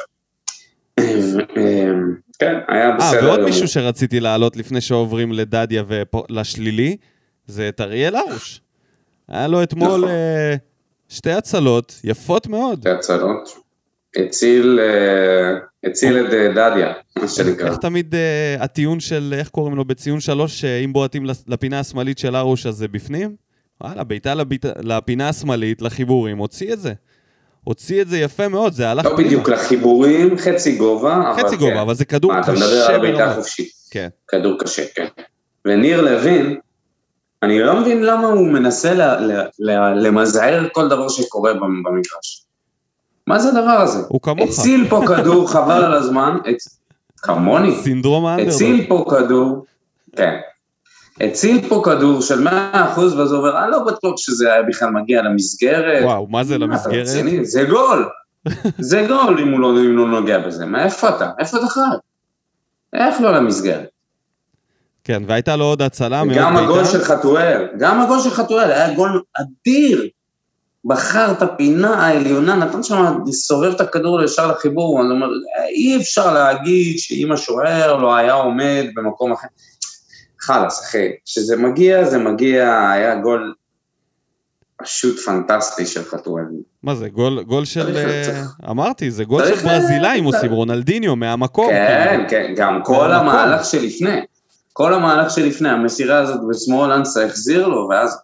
כן, היה בסדר. אה, ועוד מישהו שרציתי לעלות לפני שעוברים לדדיה ולשלילי, זה את אריאל ארוש. היה לו אתמול שתי הצלות, יפות מאוד. שתי הצלות. הציל, הציל את דדיה, מה שנקרא. איך תמיד הטיעון של, איך קוראים לו, בציון שלוש, שאם בועטים לפינה השמאלית של ארוש, אז זה בפנים? וואלה, ביתה לפינה השמאלית, לחיבורים, הוציא את זה. הוציא את זה יפה מאוד, זה הלך פנימה. לא בדיוק לחיבורים, חצי גובה. חצי גובה, אבל זה כדור קשה. אתה מדבר על ביתה חופשית. כן. כדור קשה, כן. וניר לוין, אני לא מבין למה הוא מנסה למזער כל דבר שקורה במגרש. מה זה הדבר הזה? הוא כמוך. הציל פה כדור, חבל על הזמן, כמוני. סינדרום האנדרדוג. הציל פה כדור, כן. הציל פה כדור של מאה אחוז, ואז הוא אומר, אני לא בטוח שזה היה בכלל מגיע למסגרת. וואו, מה זה למסגרת? זה גול. זה גול אם הוא לא נוגע בזה. מה, איפה אתה? איפה אתה חי? איך לא למסגרת? כן, והייתה לו עוד הצלה מאוד ביתה. גם הגול של חתואל, גם הגול של חתואל, היה גול אדיר. בחר את הפינה העליונה, נתן שם לסובב את הכדור לשאר לחיבור, אני אומר, אי אפשר להגיד שאם השוער לא היה עומד במקום אחר. חלס, אחי, שזה מגיע, זה מגיע, היה גול פשוט פנטסטי של חתואל. מה זה, גול, גול של, אמרתי, זה גול של ברזילאים עושים, רונלדיניו מהמקום. כן, כן, גם כל המהלך שלפני, כל המהלך שלפני, המסירה הזאת בשמאל אנסה החזיר לו, ואז,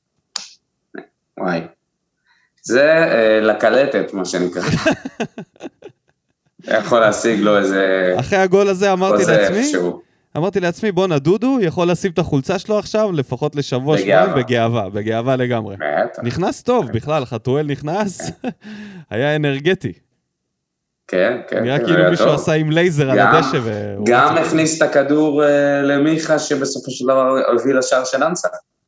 וואי, זה לקלטת, מה שנקרא. יכול להשיג לו איזה... אחרי הגול הזה אמרתי לעצמי, אמרתי לעצמי, בוא נדודו, יכול לשים את החולצה שלו עכשיו, לפחות לשבוע שבועיים, בגאווה, בגאווה לגמרי. נכנס טוב, בכלל, חתואל נכנס, היה אנרגטי. כן, כן. נראה כאילו מישהו עשה עם לייזר על הדשא. גם הכניס את הכדור למיכה, שבסופו של דבר הביא לשער של אנסה.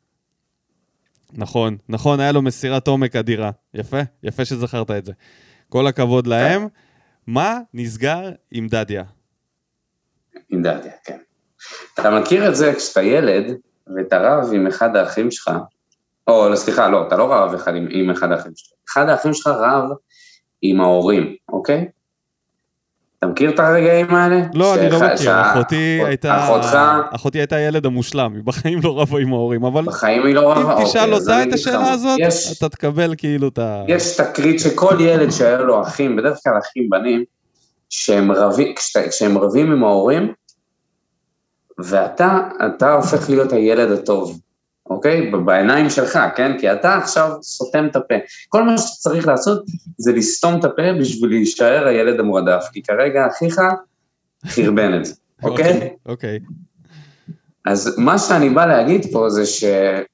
נכון, נכון, היה לו מסירת עומק אדירה. יפה, יפה שזכרת את זה. כל הכבוד להם. מה נסגר עם דדיה? עם דדיה, כן. אתה מכיר את זה כשאתה ילד, ואתה רב עם אחד האחים שלך, או סליחה, לא, אתה לא רב אחד עם, עם אחד האחים שלך, אחד האחים שלך רב עם ההורים, אוקיי? אתה מכיר את הרגעים האלה? לא, אני לא מכיר, אחותי הייתה, אחותי הייתה ילד המושלם, היא בחיים לא רבה עם ההורים, אבל בחיים היא לא רבה, אם תשאל אותה את השאלה הזאת, אתה תקבל כאילו את ה... יש תקרית שכל ילד שהיה לו אחים, בדרך כלל אחים בנים, שהם רבים, כשהם רבים עם ההורים, ואתה, אתה הופך להיות הילד הטוב, אוקיי? בעיניים שלך, כן? כי אתה עכשיו סותם את הפה. כל מה שאתה צריך לעשות זה לסתום את הפה בשביל להישאר הילד המועדף, כי כרגע אחיך חרבן את זה, אוקיי? אוקיי. אז מה שאני בא להגיד פה זה ש...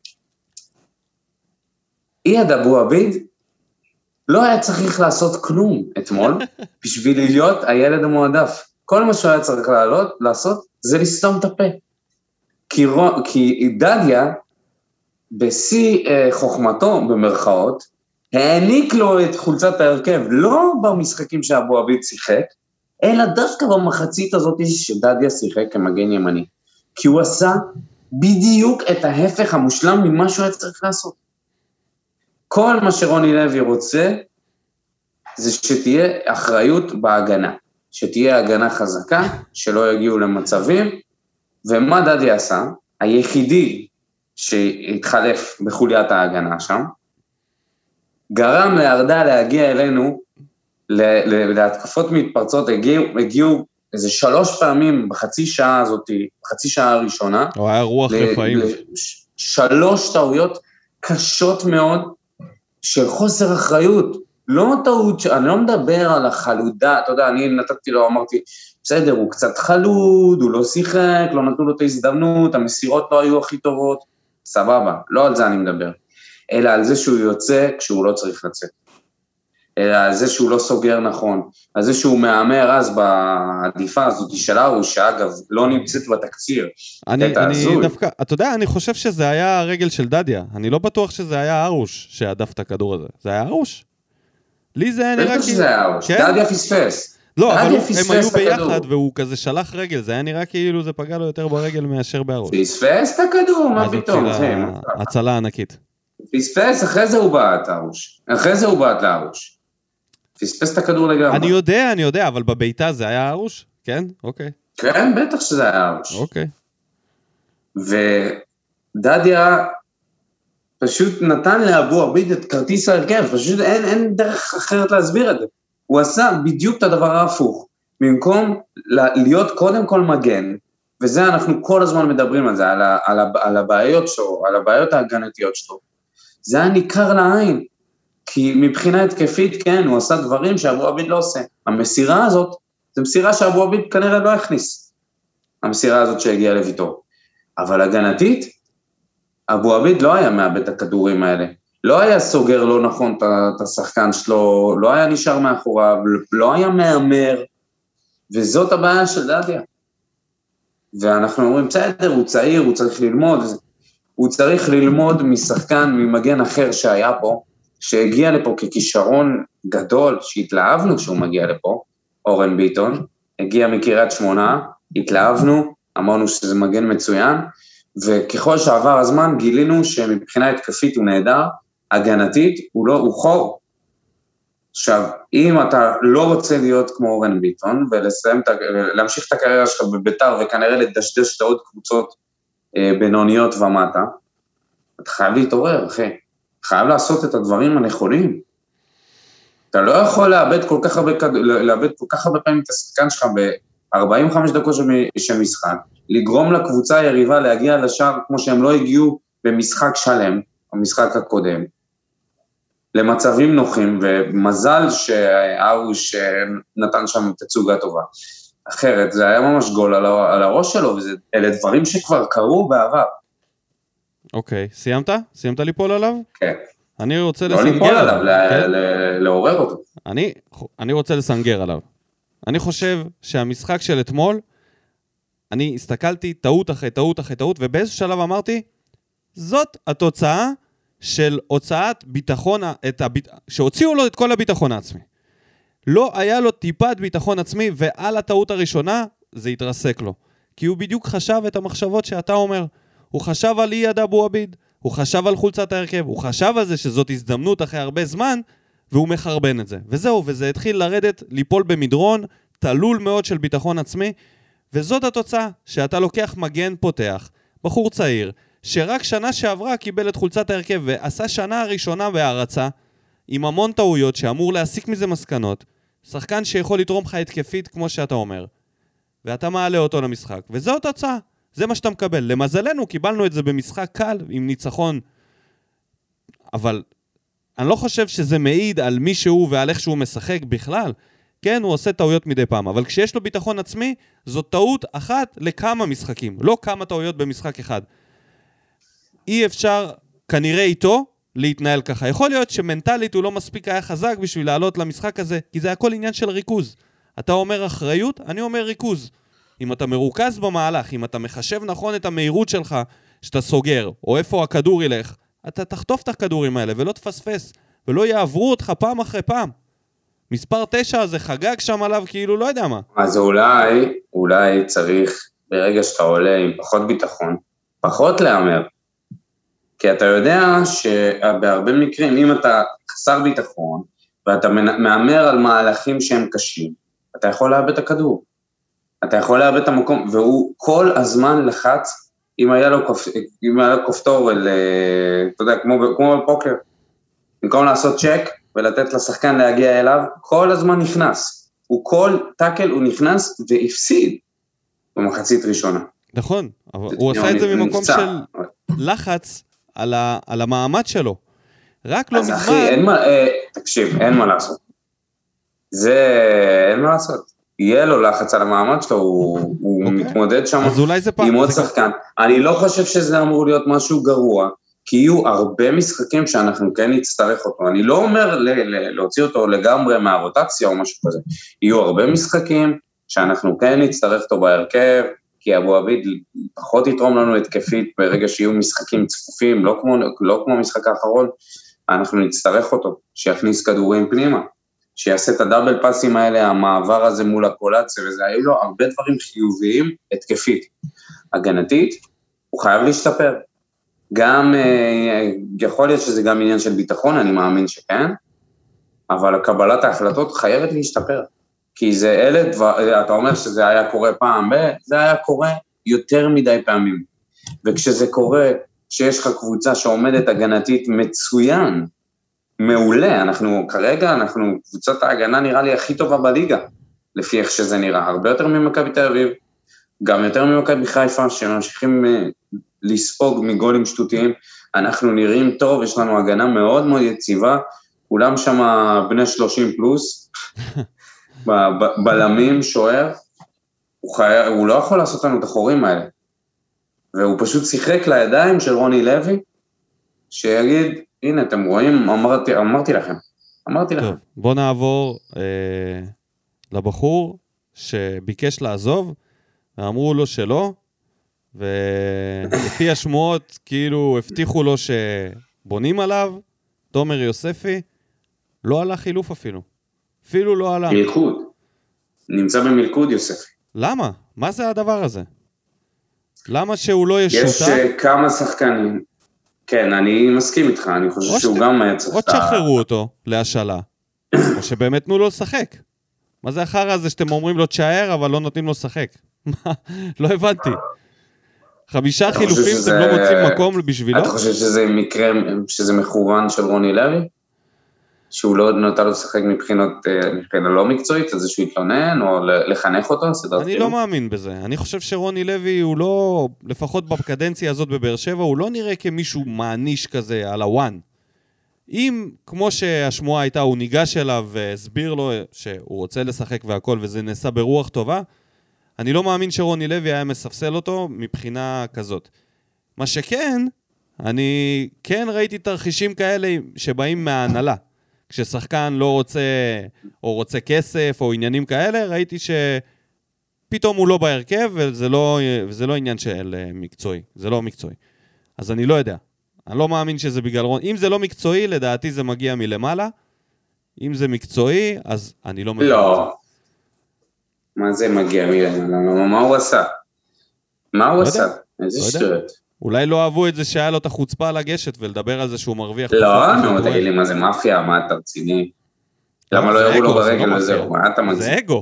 אייד אבו עביד לא היה צריך לעשות כלום אתמול, בשביל להיות הילד המועדף. כל מה שהוא היה צריך לעלות, לעשות זה לסתום את הפה. כי, כי דדיה, בשיא חוכמתו במרכאות, העניק לו את חולצת ההרכב, לא במשחקים שאבו עביד שיחק, אלא דווקא במחצית הזאת שדדיה שיחק כמגן ימני. כי הוא עשה בדיוק את ההפך המושלם ממה שהוא היה צריך לעשות. כל מה שרוני לוי רוצה, זה שתהיה אחריות בהגנה, שתהיה הגנה חזקה, שלא יגיעו למצבים, ומה דדיה עשה? היחידי שהתחלף בחוליית ההגנה שם, גרם לירדה להגיע אלינו, להתקפות מתפרצות, הגיעו, הגיעו איזה שלוש פעמים בחצי שעה הזאת, בחצי שעה הראשונה, או היה רוח רפאים. שלוש טעויות קשות מאוד, של חוסר אחריות, לא טעות, אני לא מדבר על החלודה, אתה יודע, אני נתתי לו, אמרתי, בסדר, הוא קצת חלוד, הוא לא שיחק, לא נתנו לו את ההזדמנות, המסירות לא היו הכי טובות, סבבה, לא על זה אני מדבר, אלא על זה שהוא יוצא כשהוא לא צריך לצאת, אלא על זה שהוא לא סוגר נכון, על זה שהוא מאמר אז בעדיפה הזאת של ארוש, שאגב, לא נמצאת בתקציר, אני, אני דווקא, אתה יודע, אני חושב שזה היה הרגל של דדיה, אני לא בטוח שזה היה ארוש שעדף את הכדור הזה, זה היה ארוש? לי זה היה נראה כאילו... שזה היה ארוש, דדיה פספס. לא, אבל הם היו ביחד והוא כזה שלח רגל, זה היה נראה כאילו זה פגע לו יותר ברגל מאשר בארוש. פספס את הכדור, מה פתאום? הצלה ענקית. פספס, אחרי זה הוא בעט ארוש, אחרי זה הוא בעט לארוש. פספס את הכדור לגמרי. אני יודע, אני יודע, אבל בביתה זה היה ארוש? כן? אוקיי. כן, בטח שזה היה ארוש. אוקיי. ודדיה פשוט נתן לאבו עביד את כרטיס ההרכב, פשוט אין, אין דרך אחרת להסביר את זה. הוא עשה בדיוק את הדבר ההפוך, במקום להיות קודם כל מגן, וזה אנחנו כל הזמן מדברים על זה, על, ה, על, ה, על הבעיות שלו, על הבעיות ההגנתיות שלו. זה היה ניכר לעין, כי מבחינה התקפית, כן, הוא עשה דברים שאבו עביד לא עושה. המסירה הזאת, זו מסירה שאבו עביד כנראה לא הכניס, המסירה הזאת שהגיעה לויטור. אבל הגנתית, אבו עביד לא היה מאבד את הכדורים האלה. לא היה סוגר לא נכון את השחקן שלו, לא היה נשאר מאחוריו, לא היה מאמר, וזאת הבעיה של דדיה. ואנחנו אומרים, בסדר, הוא צעיר, הוא צריך ללמוד, הוא צריך ללמוד משחקן, ממגן אחר שהיה פה, שהגיע לפה ככישרון גדול, שהתלהבנו כשהוא מגיע לפה, אורן ביטון, הגיע מקריית שמונה, התלהבנו, אמרנו שזה מגן מצוין, וככל שעבר הזמן גילינו שמבחינה התקפית הוא נהדר, הגנתית הוא לא, הוא חור. עכשיו, אם אתה לא רוצה להיות כמו אורן ביטון, ולסיים, להמשיך את הקריירה שלך בביתר, וכנראה לדשדש את עוד קבוצות אה, בינוניות ומטה, אתה חייב להתעורר, אחי. חייב לעשות את הדברים הנכונים. אתה לא יכול לאבד כל כך הרבה, לאבד כל כך הרבה פעמים את השחקן שלך ב-ארבעים וחמש דקות של משחק, לגרום לקבוצה היריבה להגיע לשער כמו שהם לא הגיעו במשחק שלם, במשחק הקודם, למצבים נוחים, ומזל שהאוש נתן שם תצוגה טובה. אחרת, זה היה ממש גול על, על הראש שלו, ואלה דברים שכבר קרו בעבר. אוקיי, סיימת? סיימת ליפול עליו? כן. אני רוצה לא לסנגר ליפול עליו, כן? לעורר אותו. אני, אני רוצה לסנגר עליו. אני חושב שהמשחק של אתמול, אני הסתכלתי טעות אחרי טעות אחרי טעות, ובאיזשהו שלב אמרתי, זאת התוצאה של הוצאת ביטחון, את הביט... שהוציאו לו את כל הביטחון העצמי. לא היה לו טיפת ביטחון עצמי, ועל הטעות הראשונה זה התרסק לו. כי הוא בדיוק חשב את המחשבות שאתה אומר. הוא חשב על אייד אבו עביד, הוא חשב על חולצת ההרכב, הוא חשב על זה שזאת הזדמנות אחרי הרבה זמן, והוא מחרבן את זה. וזהו, וזה התחיל לרדת, ליפול במדרון, תלול מאוד של ביטחון עצמי, וזאת התוצאה, שאתה לוקח מגן פותח, בחור צעיר, שרק שנה שעברה קיבל את חולצת ההרכב, ועשה שנה הראשונה בהרצה, עם המון טעויות שאמור להסיק מזה מסקנות, שחקן שיכול לתרום לך התקפית כמו שאתה אומר, ואתה מעלה אותו למשחק, וזו התוצאה, זה מה שאתה מקבל. למזלנו קיבלנו את זה במשחק קל, עם ניצחון, אבל אני לא חושב שזה מעיד על מי שהוא ועל איך שהוא משחק בכלל, כן, הוא עושה טעויות מדי פעם, אבל כשיש לו ביטחון עצמי, זו טעות אחת לכמה משחקים, לא כמה טעויות במשחק אחד. אי אפשר כנראה איתו להתנהל ככה. יכול להיות שמנטלית הוא לא מספיק היה חזק בשביל לעלות למשחק הזה, כי זה הכל עניין של ריכוז. אתה אומר אחריות, אני אומר ריכוז. אם אתה מרוכז במהלך, אם אתה מחשב נכון את המהירות שלך, שאתה סוגר, או איפה הכדור ילך, אתה תחטוף את הכדורים האלה ולא תפספס, ולא יעברו אותך פעם אחרי פעם. מספר תשע הזה חגג שם עליו כאילו לא יודע מה. אז אולי, אולי צריך ברגע שאתה עולה עם פחות ביטחון, פחות לאמר. כי אתה יודע שבהרבה מקרים, אם אתה חסר ביטחון, ואתה מאמר על מהלכים שהם קשים, אתה יכול לאבד את הכדור. אתה יכול לאבד את המקום, והוא כל הזמן לחץ, אם היה לו, כפ... אם היה לו כפתור, אל, אתה יודע, כמו, כמו בפוקר, במקום לעשות צ'ק, ולתת לשחקן להגיע אליו, כל הזמן נכנס. הוא כל טאקל הוא נכנס והפסיד במחצית ראשונה. נכון, אבל הוא עשה את זה ממקום של לחץ על, ה, על המעמד שלו. רק לא מזמן... אז אחי, אין מה, אה, תקשיב, אין מה לעשות. זה, אין מה לעשות. יהיה לו לחץ על המעמד שלו, הוא, הוא okay. מתמודד שם עם עוד שחקן. אני לא חושב שזה אמור להיות משהו גרוע, כי יהיו הרבה משחקים שאנחנו כן נצטרך אותו. אני לא אומר ל- ל- להוציא אותו לגמרי מהרוטציה או משהו כזה. יהיו הרבה משחקים שאנחנו כן נצטרך אותו בהרכב, כי אבו עביד פחות יתרום לנו התקפית ברגע שיהיו משחקים צפופים, לא כמו, לא כמו המשחק האחרון, אנחנו נצטרך אותו, שיכניס כדורים פנימה, שיעשה את הדאבל פאסים האלה, המעבר הזה מול הקולציה, וזה היו לו הרבה דברים חיוביים התקפית. הגנתית, הוא חייב להשתפר. גם, יכול להיות שזה גם עניין של ביטחון, אני מאמין שכן, אבל קבלת ההחלטות חייבת להשתפר. כי זה אלה דבר, אתה אומר שזה היה קורה פעם, זה היה קורה יותר מדי פעמים. וכשזה קורה, שיש לך קבוצה שעומדת הגנתית מצוין, מעולה, אנחנו כרגע, אנחנו, קבוצת ההגנה נראה לי הכי טובה בליגה, לפי איך שזה נראה, הרבה יותר ממכבי תל אביב, גם יותר ממכבי חיפה, שממשיכים לספוג מגולים שטותיים, אנחנו נראים טוב, יש לנו הגנה מאוד מאוד יציבה, כולם שם בני שלושים פלוס, בלמים, שוער, הוא, חי... הוא לא יכול לעשות לנו את החורים האלה, והוא פשוט שיחק לידיים של רוני לוי, שיגיד, הנה אתם רואים, אמרתי, אמרתי לכם, אמרתי לכם. טוב, בוא נעבור אה, לבחור שביקש לעזוב, ואמרו לו שלא, ולפי השמועות, כאילו הבטיחו לו שבונים עליו, תומר יוספי, לא עלה חילוף אפילו. אפילו לא עלה. מלכוד. נמצא במלכוד יוספי. למה? מה זה הדבר הזה? למה שהוא לא ישותף? יש כמה שחקנים. כן, אני מסכים איתך, אני חושב שהוא גם היה צריך... או תשחררו אותו להשאלה, או שבאמת תנו לו לשחק. מה זה אחר הזה שאתם אומרים לו תשאר, אבל לא נותנים לו לשחק? לא הבנתי. חמישה חילופים אתם לא מוצאים מקום בשבילו? אתה חושב שזה מקרה, שזה מכוון של רוני לוי? שהוא לא נותן לו לשחק מבחינות, מבחינה לא מקצועית, אז שהוא יתלונן, או לחנך אותו? אני לא מאמין בזה. אני חושב שרוני לוי הוא לא, לפחות בקדנציה הזאת בבאר שבע, הוא לא נראה כמישהו מעניש כזה על הוואן. אם, כמו שהשמועה הייתה, הוא ניגש אליו והסביר לו שהוא רוצה לשחק והכל, וזה נעשה ברוח טובה, אני לא מאמין שרוני לוי היה מספסל אותו מבחינה כזאת. מה שכן, אני כן ראיתי תרחישים כאלה שבאים מההנהלה. כששחקן לא רוצה, או רוצה כסף, או עניינים כאלה, ראיתי שפתאום הוא לא בהרכב, וזה לא, וזה לא עניין של מקצועי. זה לא מקצועי. אז אני לא יודע. אני לא מאמין שזה בגלל רוני. אם זה לא מקצועי, לדעתי זה מגיע מלמעלה. אם זה מקצועי, אז אני לא מבין. לא. מה זה מגיע מלמעלה? מה הוא עשה? מה הוא עשה? איזה שטויות. אולי לא אהבו את זה שהיה לו את החוצפה לגשת ולדבר על זה שהוא מרוויח. לא, נו, תגיד לי מה זה מאפיה, מה אתה רציני? למה לא יראו לו ברגל וזהו? מה אתה מגזים? זה אגו.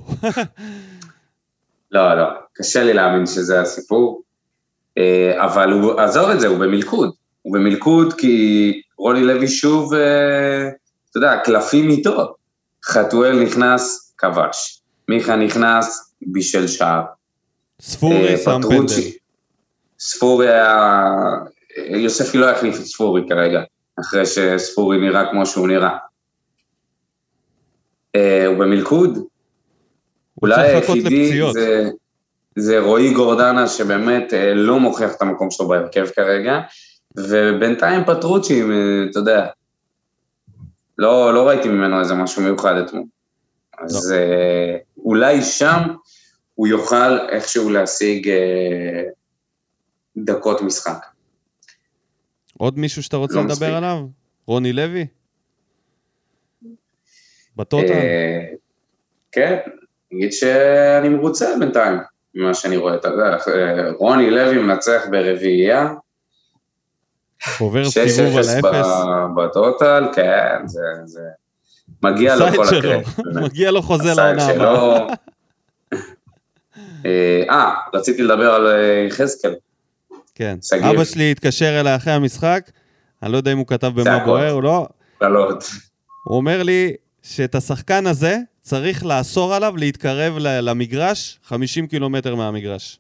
לא, לא, קשה לי להאמין שזה הסיפור. אבל הוא עזוב את זה, הוא במלכוד. הוא במלכוד כי רוני לוי שוב, אתה יודע, קלפים איתו. חתואל נכנס, כבש. מיכה נכנס, בישל שער. ספורי שם פנדל. ספורי היה... יוספי לא יחליף את ספורי כרגע, אחרי שספורי נראה כמו שהוא נראה. הוא במלכוד. אולי היחידי זה... זה רועי גורדנה שבאמת לא מוכיח את המקום שלו בהרכב כרגע, ובינתיים פטרוצ'י, אתה יודע, לא, לא ראיתי ממנו איזה משהו מיוחד אתמול. אז לא. אולי שם הוא יוכל איכשהו להשיג דקות משחק. עוד מישהו שאתה רוצה לא לדבר מספיק. עליו? רוני לוי? בטוטל? כן, נגיד שאני מרוצה בינתיים. ממה שאני רואה, אתה יודע, רוני לוי מנצח ברביעייה, עובר סיבוב על האפס. בטוטל, כן, זה מגיע לו כל הקרב. מגיע לו חוזה לעונה הבאה. אה, רציתי לדבר על חזקאל. כן, אבא שלי התקשר אליי אחרי המשחק, אני לא יודע אם הוא כתב במה בוער או לא. הוא אומר לי שאת השחקן הזה, צריך לאסור עליו להתקרב למגרש, חמישים קילומטר מהמגרש.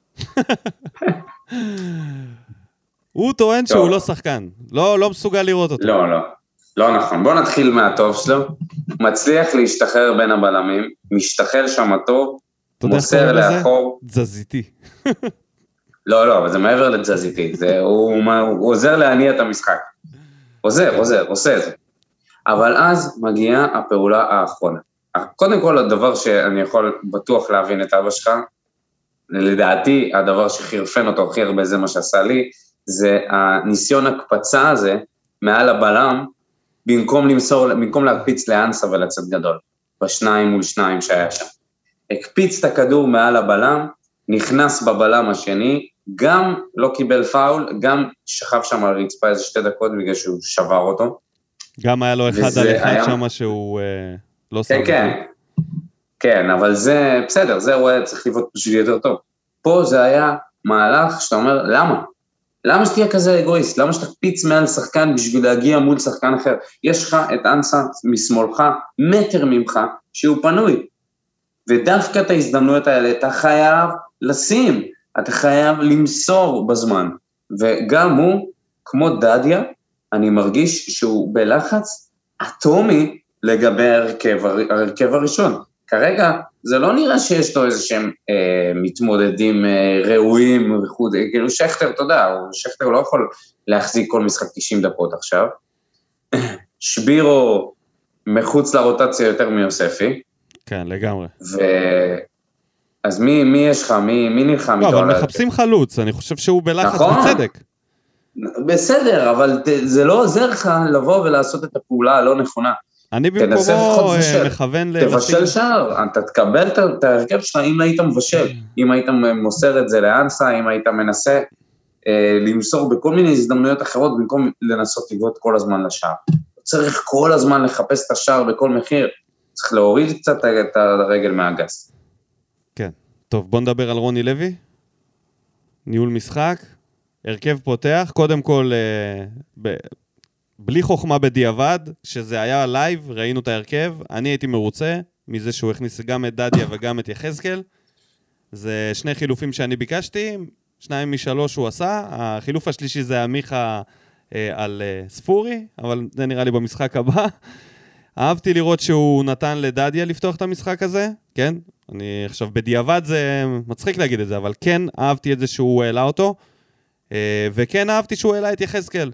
הוא טוען שהוא לא שחקן, לא מסוגל לראות אותו. לא, לא, לא נכון. בוא נתחיל מהטוב שלו. מצליח להשתחרר בין הבלמים, משתחרר שם טוב, מוסר לאחור. תזזיתי. לא, לא, אבל זה מעבר לתזזיתי. הוא עוזר להניע את המשחק. עוזר, עוזר, עושה את זה. אבל אז מגיעה הפעולה האחרונה. קודם כל, הדבר שאני יכול בטוח להבין את אבא שלך, לדעתי, הדבר שחירפן אותו הכי הרבה, זה מה שעשה לי, זה הניסיון הקפצה הזה, מעל הבלם, במקום למסור, במקום להקפיץ לאנסה ולצאת גדול, בשניים מול שניים שהיה שם. הקפיץ את הכדור מעל הבלם, נכנס בבלם השני, גם לא קיבל פאול, גם שכב שם על רצפה איזה שתי דקות, בגלל שהוא שבר אותו. גם היה לו אחד על אחד שם שהוא... לא כן, כן, כן, אבל זה בסדר, זה הוא היה צריך לבעוט בשביל יותר טוב. פה זה היה מהלך שאתה אומר, למה? למה שתהיה כזה אגואיסט? למה שתקפיץ מעל שחקן בשביל להגיע מול שחקן אחר? יש לך את אנסה משמאלך, מטר ממך, שהוא פנוי. ודווקא את ההזדמנויות האלה, אתה חייב לשים, אתה חייב למסור בזמן. וגם הוא, כמו דדיה, אני מרגיש שהוא בלחץ אטומי, לגבי הרכב, הרכב הראשון. כרגע, זה לא נראה שיש לו איזה שהם אה, מתמודדים אה, ראויים, וחוד, כאילו שכתר, אתה יודע, שכתר לא יכול להחזיק כל משחק תשעים דקות עכשיו. שבירו מחוץ לרוטציה יותר מיוספי. כן, לגמרי. ו... אז מי, מי יש לך? מי, מי נלחם איתו? לא, אבל מחפשים חלוץ, אני חושב שהוא בלחץ נכון? בצדק. בסדר, אבל זה לא עוזר לך לבוא ולעשות את הפעולה הלא נכונה. אני במקומו מכוון לשים... תבשל שער, אתה תקבל את ההרכב שלך אם היית מבשל, אם היית מוסר את זה לאנסה, אם היית מנסה אה, למסור בכל מיני הזדמנויות אחרות, במקום לנסות לבעוט כל הזמן לשער. צריך כל הזמן לחפש את השער בכל מחיר, צריך להוריד קצת את הרגל מהגס. כן, טוב, בוא נדבר על רוני לוי, ניהול משחק, הרכב פותח, קודם כל... אה, ב... בלי חוכמה בדיעבד, שזה היה לייב, ראינו את ההרכב, אני הייתי מרוצה מזה שהוא הכניס גם את דדיה וגם את יחזקאל, זה שני חילופים שאני ביקשתי, שניים משלוש הוא עשה, החילוף השלישי זה המיכה על ספורי, אבל זה נראה לי במשחק הבא. אהבתי לראות שהוא נתן לדדיה לפתוח את המשחק הזה, כן? אני עכשיו בדיעבד זה מצחיק להגיד את זה, אבל כן אהבתי את זה שהוא העלה אותו, וכן אהבתי שהוא העלה את יחזקאל.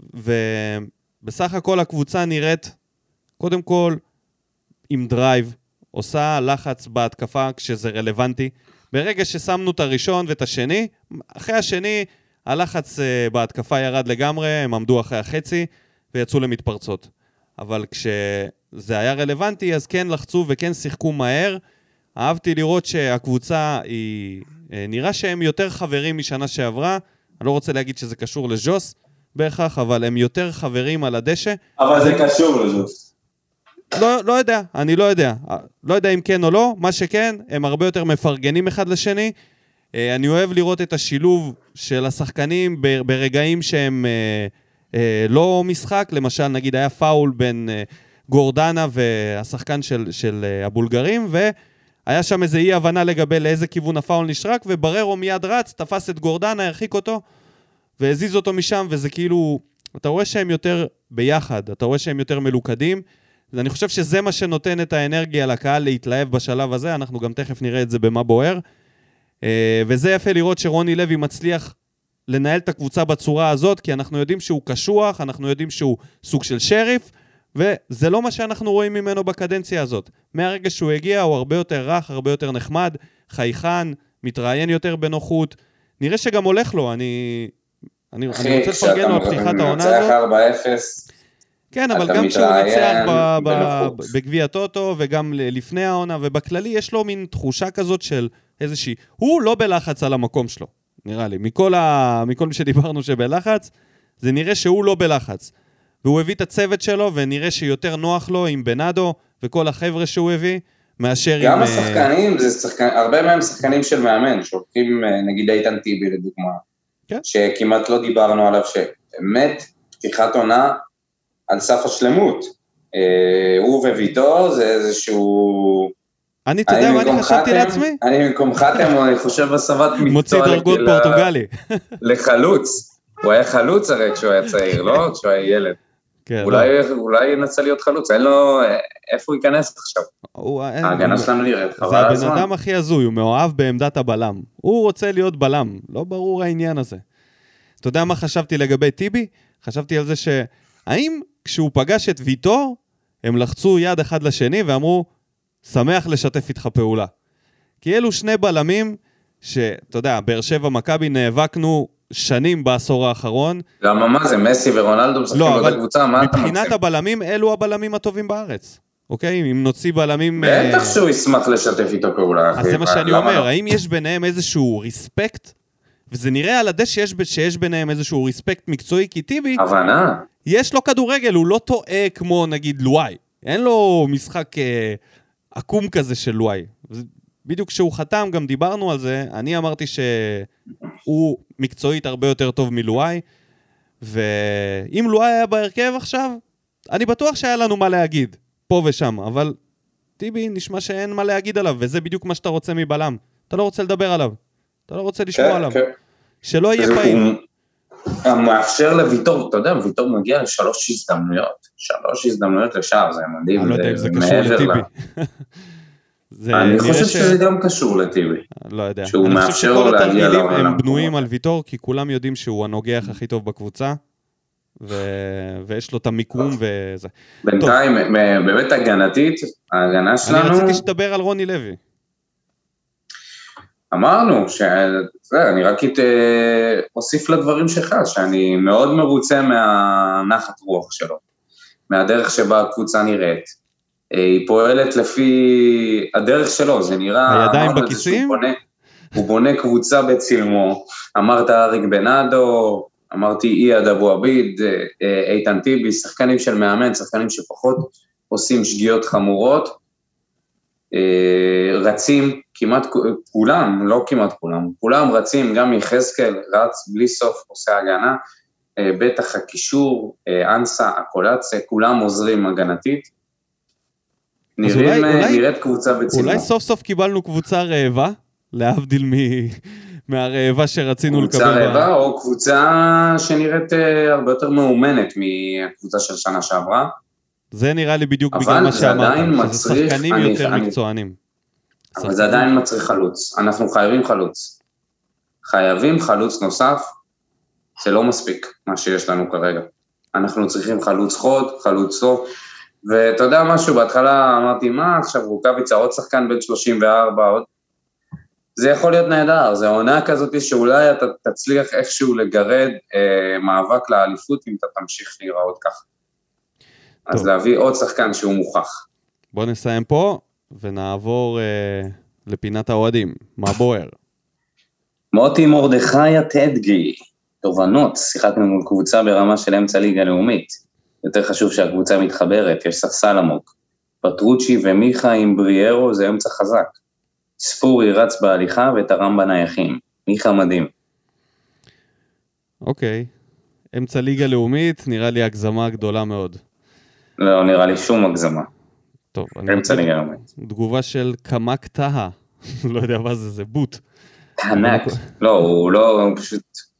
ובסך הכל הקבוצה נראית, קודם כל, עם דרייב, עושה לחץ בהתקפה כשזה רלוונטי. ברגע ששמנו את הראשון ואת השני, אחרי השני, הלחץ בהתקפה ירד לגמרי, הם עמדו אחרי החצי ויצאו למתפרצות. אבל כשזה היה רלוונטי, אז כן לחצו וכן שיחקו מהר. אהבתי לראות שהקבוצה היא, נראה שהם יותר חברים משנה שעברה. אני לא רוצה להגיד שזה קשור לג'וס בהכרח, אבל הם יותר חברים על הדשא. אבל זה קשור לג'וס. לא, לא יודע, אני לא יודע. לא יודע אם כן או לא. מה שכן, הם הרבה יותר מפרגנים אחד לשני. אני אוהב לראות את השילוב של השחקנים ברגעים שהם לא משחק. למשל, נגיד, היה פאול בין גורדנה והשחקן של, של הבולגרים, והיה שם איזו אי הבנה לגבי לאיזה כיוון הפאול נשרק, ובררו מיד רץ, תפס את גורדנה, הרחיק אותו, והזיז אותו משם, וזה כאילו, אתה רואה שהם יותר ביחד, אתה רואה שהם יותר מלוכדים, ואני חושב שזה מה שנותן את האנרגיה לקהל להתלהב בשלב הזה, אנחנו גם תכף נראה את זה במה בוער, וזה יפה לראות שרוני לוי מצליח לנהל את הקבוצה בצורה הזאת, כי אנחנו יודעים שהוא קשוח, אנחנו יודעים שהוא סוג של שריף, וזה לא מה שאנחנו רואים ממנו בקדנציה הזאת. מהרגע שהוא הגיע, הוא הרבה יותר רך, הרבה יותר נחמד, חייכן, מתראיין יותר בנוחות, נראה שגם הולך לו, אני, אני, אחי, אני רוצה לפרגן לו על פתיחת העונה הזאת. מנצח ארבע אפס, כן, אבל גם כשהוא ניצח בגביע טוטו, וגם לפני העונה, ובכללי יש לו מין תחושה כזאת של איזושהי, הוא לא בלחץ על המקום שלו, נראה לי. מכל, ה... מכל מי שדיברנו שבלחץ, זה נראה שהוא לא בלחץ. והוא הביא את הצוות שלו, ונראה שיותר נוח לו עם בנאדו, וכל החבר'ה שהוא הביא, מאשר גם עם... גם השחקנים, זה שחקן... הרבה מהם שחקנים של מאמן, שהולכים נגיד איתן טיבי לדוגמה, כן? שכמעט לא דיברנו עליו, שבאמת פתיחת עונה על סף השלמות. הוא וויטור זה איזשהו... אני, אתה יודע מה אני חשבתי לעצמי? אני במקומך אתם, אני חושב בסבת מקצוע... מוציא דרגות פורטוגלי. לחלוץ. הוא היה חלוץ הרי כשהוא היה צעיר, לא? כשהוא היה ילד. אולי ינסה להיות חלוץ, אין לו... איפה הוא ייכנס עכשיו? ההגנה שלנו נראית, חבל על הזמן. זה הבן אדם הכי הזוי, הוא מאוהב בעמדת הבלם. הוא רוצה להיות בלם, לא ברור העניין הזה. אתה יודע מה חשבתי לגבי טיבי? חשבתי על זה ש... האם כשהוא פגש את ויטור, הם לחצו יד אחד לשני ואמרו, שמח לשתף איתך פעולה. כי אלו שני בלמים שאתה יודע, באר שבע מכבי נאבקנו שנים בעשור האחרון. למה מה זה, מסי ורונלדו משחקים באותה קבוצה, מה אתה מבחינת הבלמים, אלו הבלמים הטובים בארץ. אוקיי? אם נוציא בלמים... בטח שהוא ישמח לשתף איתו פעולה. אז זה מה שאני אומר, האם יש ביניהם איזשהו ריספקט, וזה נראה על הדשא שיש, שיש ביניהם איזשהו ריספקט מקצועי, כי טיבי... הבנה. יש לו כדורגל, הוא לא טועה כמו נגיד לואי. אין לו משחק אה, עקום כזה של לואי. בדיוק כשהוא חתם, גם דיברנו על זה, אני אמרתי שהוא מקצועית הרבה יותר טוב מלואי, ואם לואי היה בהרכב עכשיו, אני בטוח שהיה לנו מה להגיד, פה ושם, אבל טיבי נשמע שאין מה להגיד עליו, וזה בדיוק מה שאתה רוצה מבלם. אתה לא רוצה לדבר עליו, אתה לא רוצה לשמוע עליו. שלא יהיה פעיל. מאפשר לויטור, אתה יודע, ויטור מגיע לשלוש הזדמנויות, שלוש הזדמנויות לשער, זה מדהים. אני לא יודע אם זה קשור לטיבי. אני חושב שזה גם קשור לטיבי. לא יודע. אני חושב שכל התרגילים הם בנויים על ויטור, כי כולם יודעים שהוא הנוגח הכי טוב בקבוצה, ויש לו את המיקום וזה. בינתיים, באמת הגנתית, ההגנה שלנו... אני רציתי שתדבר על רוני לוי. אמרנו, אני רק אוסיף לדברים שלך, שאני מאוד מרוצה מהנחת רוח שלו, מהדרך שבה הקבוצה נראית. היא פועלת לפי הדרך שלו, זה נראה... הידיים בכיסים? הוא בונה קבוצה בצלמו, אמרת אריק בנאדו, אמרתי אייד אבו עביד, איתן טיבי, שחקנים של מאמן, שחקנים שפחות עושים שגיאות חמורות, רצים כמעט כולם, לא כמעט כולם, כולם רצים, גם יחזקאל רץ בלי סוף, עושה הגנה, בטח הקישור, אנסה, הקולציה, כולם עוזרים הגנתית, נראים, נראית קבוצה בצלמו. אולי סוף סוף קיבלנו קבוצה רעבה, להבדיל מהרעבה שרצינו לקבל. קבוצה רעבה או קבוצה שנראית הרבה יותר מאומנת מקבוצה של שנה שעברה. זה נראה לי בדיוק בגלל מה שאמרת, שזה שחקנים יותר מקצוענים. אבל זה עדיין מצריך חלוץ, אנחנו חייבים חלוץ. חייבים חלוץ נוסף, זה לא מספיק מה שיש לנו כרגע. אנחנו צריכים חלוץ חוד, חלוץ סוף, ואתה יודע משהו, בהתחלה אמרתי, מה עכשיו רוקאביצה, עוד שחקן בן שלושים וארבע, עוד... זה יכול להיות נהדר, זה עונה כזאת שאולי אתה תצליח איכשהו לגרד אה, מאבק לאליפות, אם אתה תמשיך להיראות ככה. טוב. אז להביא עוד שחקן שהוא מוכח. בוא נסיים פה, ונעבור אה, לפינת האוהדים. מה בוער? מוטי מרדכי הטדגי, תובנות, שיחקנו מול קבוצה ברמה של אמצע ליגה לאומית, יותר חשוב שהקבוצה מתחברת, יש ספסל עמוק, פטרוצ'י ומיכה עם בריארו זה אמצע חזק, ספורי רץ בהליכה ותרם בנייחים, מיכה מדהים. אוקיי, אמצע ליגה לאומית נראה לי הגזמה גדולה מאוד. לא, נראה לי שום הגזמה. טוב, אמצע ליגה לאומית. תגובה של קמק טהה, לא יודע מה זה, זה בוט. ענק, לא, הוא לא, הוא פשוט...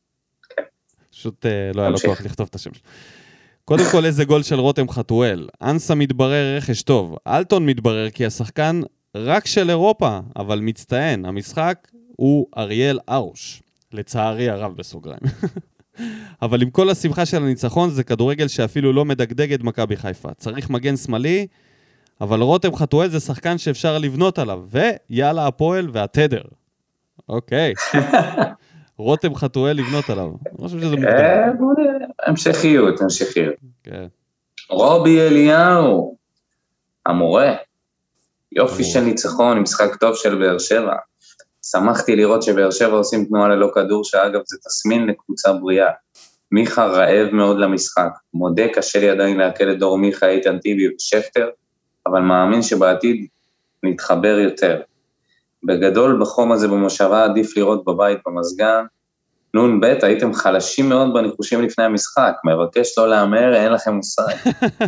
פשוט לא היה לו כוח לכתוב את השם שלו. קודם כל איזה גול של רותם חתואל. אנסה מתברר רכש טוב. אלטון מתברר כי השחקן רק של אירופה, אבל מצטיין. המשחק הוא אריאל ארוש. לצערי הרב בסוגריים. אבל עם כל השמחה של הניצחון, זה כדורגל שאפילו לא מדגדג את מכבי חיפה. צריך מגן שמאלי, אבל רותם חתואל זה שחקן שאפשר לבנות עליו. ויאללה הפועל והתדר. אוקיי. רותם חתואל לבנות עליו. אני חושב שזה מוקדם. המשכיות, המשכיות. רובי אליהו, המורה, יופי של ניצחון, משחק טוב של באר שבע. שמחתי לראות שבאר שבע עושים תנועה ללא כדור, שאגב זה תסמין לקבוצה בריאה. מיכה רעב מאוד למשחק. מודה, קשה לי עדיין להקל את דור מיכה, איתן טיבי ושפטר, אבל מאמין שבעתיד נתחבר יותר. בגדול בחום הזה במושבה עדיף לראות בבית במסגן, נון בית, הייתם חלשים מאוד בניחושים לפני המשחק, מבקש לא לאמר, אין לכם מושג.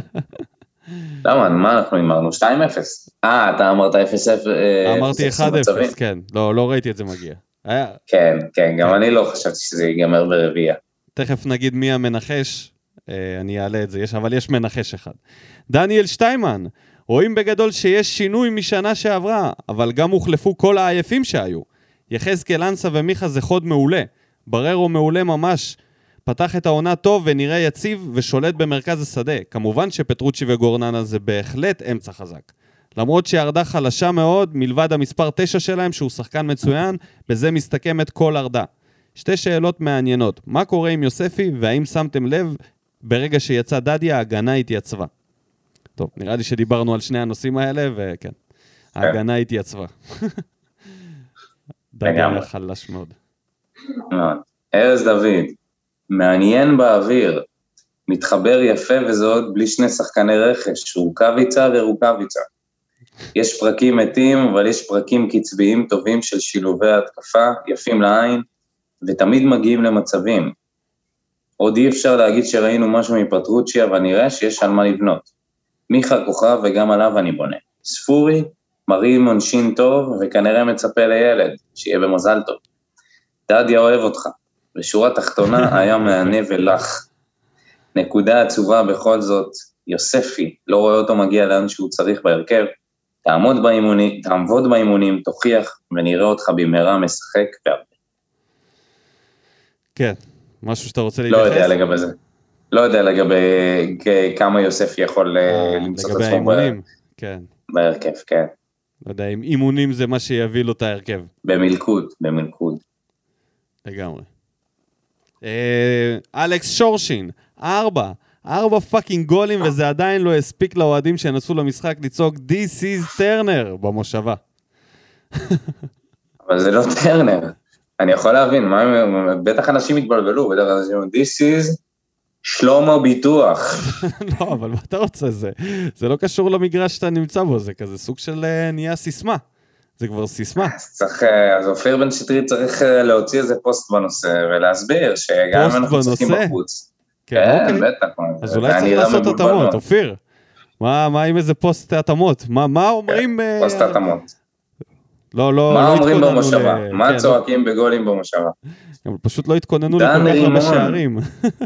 למה, מה אנחנו אמרנו? שתיים אפס. אה, אתה אמרת אפס אפס. אמרתי אחד אפס, כן, לא, לא ראיתי את זה מגיע. כן, כן, גם אני לא חשבתי שזה ייגמר ברביע. תכף נגיד מי המנחש, אני אעלה את זה, אבל יש מנחש אחד. דניאל שטיימן, רואים בגדול שיש שינוי משנה שעברה, אבל גם הוחלפו כל העייפים שהיו. יחזקאל, אנסה ומיכה זה חוד מעולה. בררו מעולה ממש. פתח את העונה טוב ונראה יציב ושולט במרכז השדה. כמובן שפטרוצ'י וגורננה זה בהחלט אמצע חזק. למרות שירדה חלשה מאוד, מלבד המספר תשע שלהם שהוא שחקן מצוין, בזה מסתכמת כל ארדה. שתי שאלות מעניינות. מה קורה עם יוספי והאם שמתם לב ברגע שיצא דדיה ההגנה התייצבה? טוב, נראה לי שדיברנו על שני הנושאים האלה, וכן, ההגנה התייצבה. דדיה היה חלש מאוד. ארז דוד, מעניין באוויר, מתחבר יפה וזה עוד בלי שני שחקני רכש, רוקאביצה ורוקאביצה. יש פרקים מתים, אבל יש פרקים קצביים טובים של שילובי התקפה, יפים לעין, ותמיד מגיעים למצבים. עוד אי אפשר להגיד שראינו משהו מפטרוצ'י, אבל נראה שיש על מה לבנות. מיכה כוכב וגם עליו אני בונה. ספורי, מראים עונשין טוב, וכנראה מצפה לילד, שיהיה במזל טוב. דדיה אוהב אותך, בשורה תחתונה היה מענה ולח. נקודה עצובה בכל זאת, יוספי, לא רואה אותו מגיע לאן שהוא צריך בהרכב, תעמוד באימונים, תעמוד באימונים, תוכיח, ונראה אותך במהרה משחק והרבה. כן, משהו שאתה רוצה להתייחס? לא יודע לגבי זה. לא יודע לגבי כמה יוספי יכול למצוא את עצמו האימונים, כן. בהרכב, כן. לא יודע, אם אימונים זה מה שיביא לו את ההרכב. במלכוד, במלכוד. לגמרי. אלכס שורשין, ארבע, ארבע פאקינג גולים, וזה עדיין לא הספיק לאוהדים שנסו למשחק לצעוק This is טרנר במושבה. אבל זה לא טרנר. אני יכול להבין, מה, בטח אנשים התבלבלו, בטח אנשים, This is שלמה ביטוח. לא, אבל מה אתה רוצה? זה, זה לא קשור למגרש שאתה נמצא בו, זה כזה סוג של נהיה סיסמה. זה כבר סיסמה. אז צריך, אז אופיר בן שטרית צריך להוציא איזה פוסט בנושא, ולהסביר שגם אנחנו צריכים בחוץ. כן, אוקיי. בטח. אז אולי צריך לעשות התאמות, אופיר. מה, מה עם איזה פוסט התאמות? מה, מה אומרים... פוסט התאמות. לא, לא, מה לא אומרים התכוננו במושבה? ל- מה כן, צועקים בגולים במושבה? לא, פשוט לא התכוננו דן לכל כך הרבה רימון. שערים.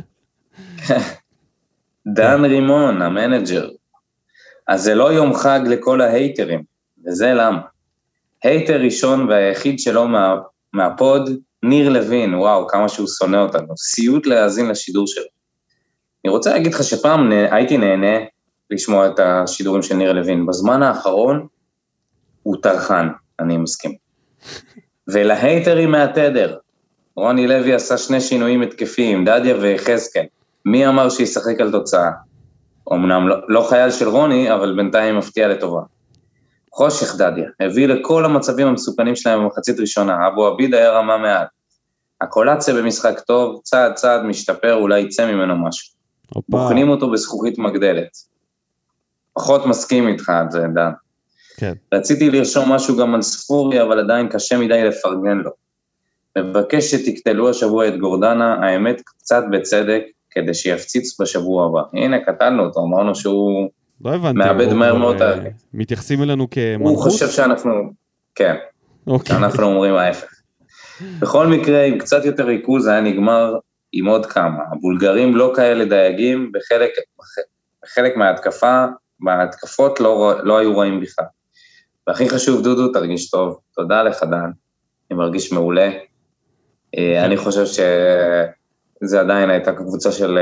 דן רימון, המנג'ר. אז זה לא יום חג לכל ההייטרים, וזה למה. הייטר ראשון והיחיד שלו מה, מהפוד, ניר לוין, וואו, כמה שהוא שונא אותנו, סיוט להאזין לשידור שלו. אני רוצה להגיד לך שפעם נה, הייתי נהנה לשמוע את השידורים של ניר לוין, בזמן האחרון הוא טרחן, אני מסכים. ולהייטרים מהתדר, רוני לוי עשה שני שינויים התקפיים, דדיה וחזקאל, מי אמר שישחק על תוצאה? אמנם לא, לא חייל של רוני, אבל בינתיים מפתיע לטובה. חושך דדיה, הביא לכל המצבים המסוכנים שלהם במחצית ראשונה, אבו עביד היה רמה מעל. הקולציה במשחק טוב, צעד צעד משתפר, אולי יצא ממנו משהו. אופה. בוחנים אותו בזכוכית מגדלת. פחות מסכים איתך על זה, דן. כן. רציתי לרשום משהו גם על ספורי, אבל עדיין קשה מדי לפרגן לו. מבקש שתקטלו השבוע את גורדנה, האמת קצת בצדק, כדי שיפציץ בשבוע הבא. הנה, קטלנו אותו, אמרנו שהוא לא הבנתי. מאבד מהר מאוד. מתייחסים אלינו כמנחוס? הוא חושב שאנחנו, כן, אוקיי. שאנחנו אומרים ההפך. בכל מקרה, עם קצת יותר ריכוז, היה נגמר עם עוד כמה. הבולגרים לא כאלה דייגים, בחלק, בחלק מההתקפה, מההתקפות לא, לא היו רעים בכלל. והכי חשוב, דודו, תרגיש טוב. תודה לך, דן. אני מרגיש מעולה. אני חושב שזה עדיין הייתה קבוצה של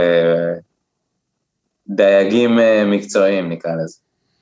דייגים מקצועיים, נקרא לזה.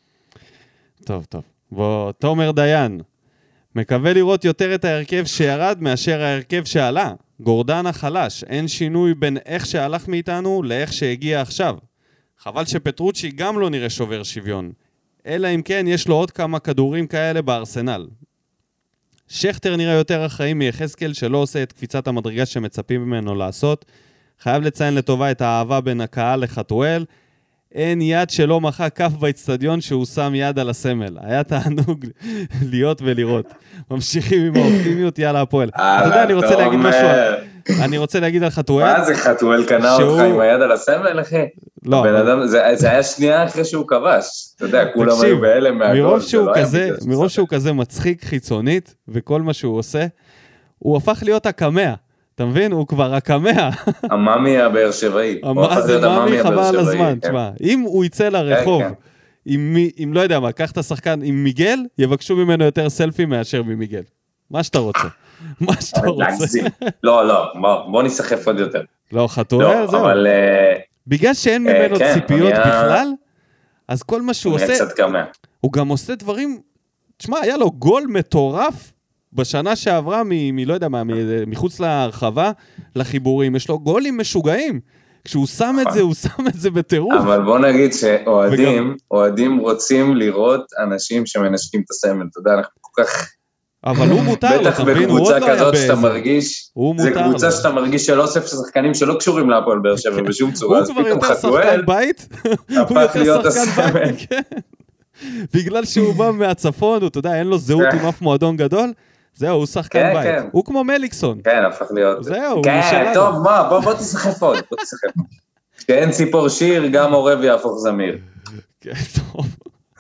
טוב, טוב. בוא, תומר דיין. מקווה לראות יותר את ההרכב שירד מאשר ההרכב שעלה. גורדנה חלש, אין שינוי בין איך שהלך מאיתנו לאיך שהגיע עכשיו. חבל שפטרוצ'י גם לא נראה שובר שוויון. אלא אם כן יש לו עוד כמה כדורים כאלה בארסנל. שכטר נראה יותר אחראי מיחזקאל שלא עושה את קפיצת המדרגה שמצפים ממנו לעשות. חייב לציין לטובה את האהבה בין הקהל לחתואל. אין יד שלא מחה כף באצטדיון שהוא שם יד על הסמל. היה תענוג להיות ולראות. ממשיכים עם האופטימיות, יאללה הפועל. אתה יודע, אני רוצה להגיד משהו. אני רוצה להגיד על חתואל. מה זה חתואל קנה אותך עם היד על הסמל, אחי? לא. זה היה שנייה אחרי שהוא כבש. אתה יודע, כולם היו בהלם מהגול. מרוב שהוא כזה מצחיק חיצונית, וכל מה שהוא עושה, הוא הפך להיות הקמע. אתה מבין? הוא כבר הקמע. המאמי הבאר שבעי. מה זה מאמי חבל על הזמן, תשמע. אם הוא יצא לרחוב, אם לא יודע מה, קח את השחקן עם מיגל, יבקשו ממנו יותר סלפי מאשר ממיגל. מה שאתה רוצה. מה שאתה רוצה. לא, לא, בוא נסחף עוד יותר. לא, חתואל, זהו. בגלל שאין ממנו ציפיות בכלל, אז כל מה שהוא עושה, הוא גם עושה דברים, תשמע, היה לו גול מטורף, בשנה שעברה, מ, מ, לא יודע מה, מחוץ להרחבה, לחיבורים, יש לו גולים משוגעים. כשהוא שם את זה, הוא שם את זה בטירוף. אבל בוא נגיד שאוהדים, וגם... אוהדים רוצים לראות אנשים שמנשקים את הסמל, אתה יודע, אנחנו כל כך... אבל הוא מותר לו, תבין, הוא עוד לא היה באיזה. בטח בקבוצה כזאת שאתה מרגיש, זה קבוצה שאתה מרגיש של אוסף שחקנים שלא קשורים להפועל באר שבע בשום צורה. הוא כבר יותר שחקן בית, הוא יותר שחקן בית, כן. בגלל שהוא בא מהצפון, אתה יודע, אין לו זהות עם אף מועדון גדול, זהו, הוא שחקן בית. הוא כמו מליקסון. כן, הפך להיות. זהו, הוא משלנו. כן, טוב, מה, בוא תשחק עוד, בוא תשחק עוד. כשאין ציפור שיר, גם עורב יהפוך זמיר. כן, טוב.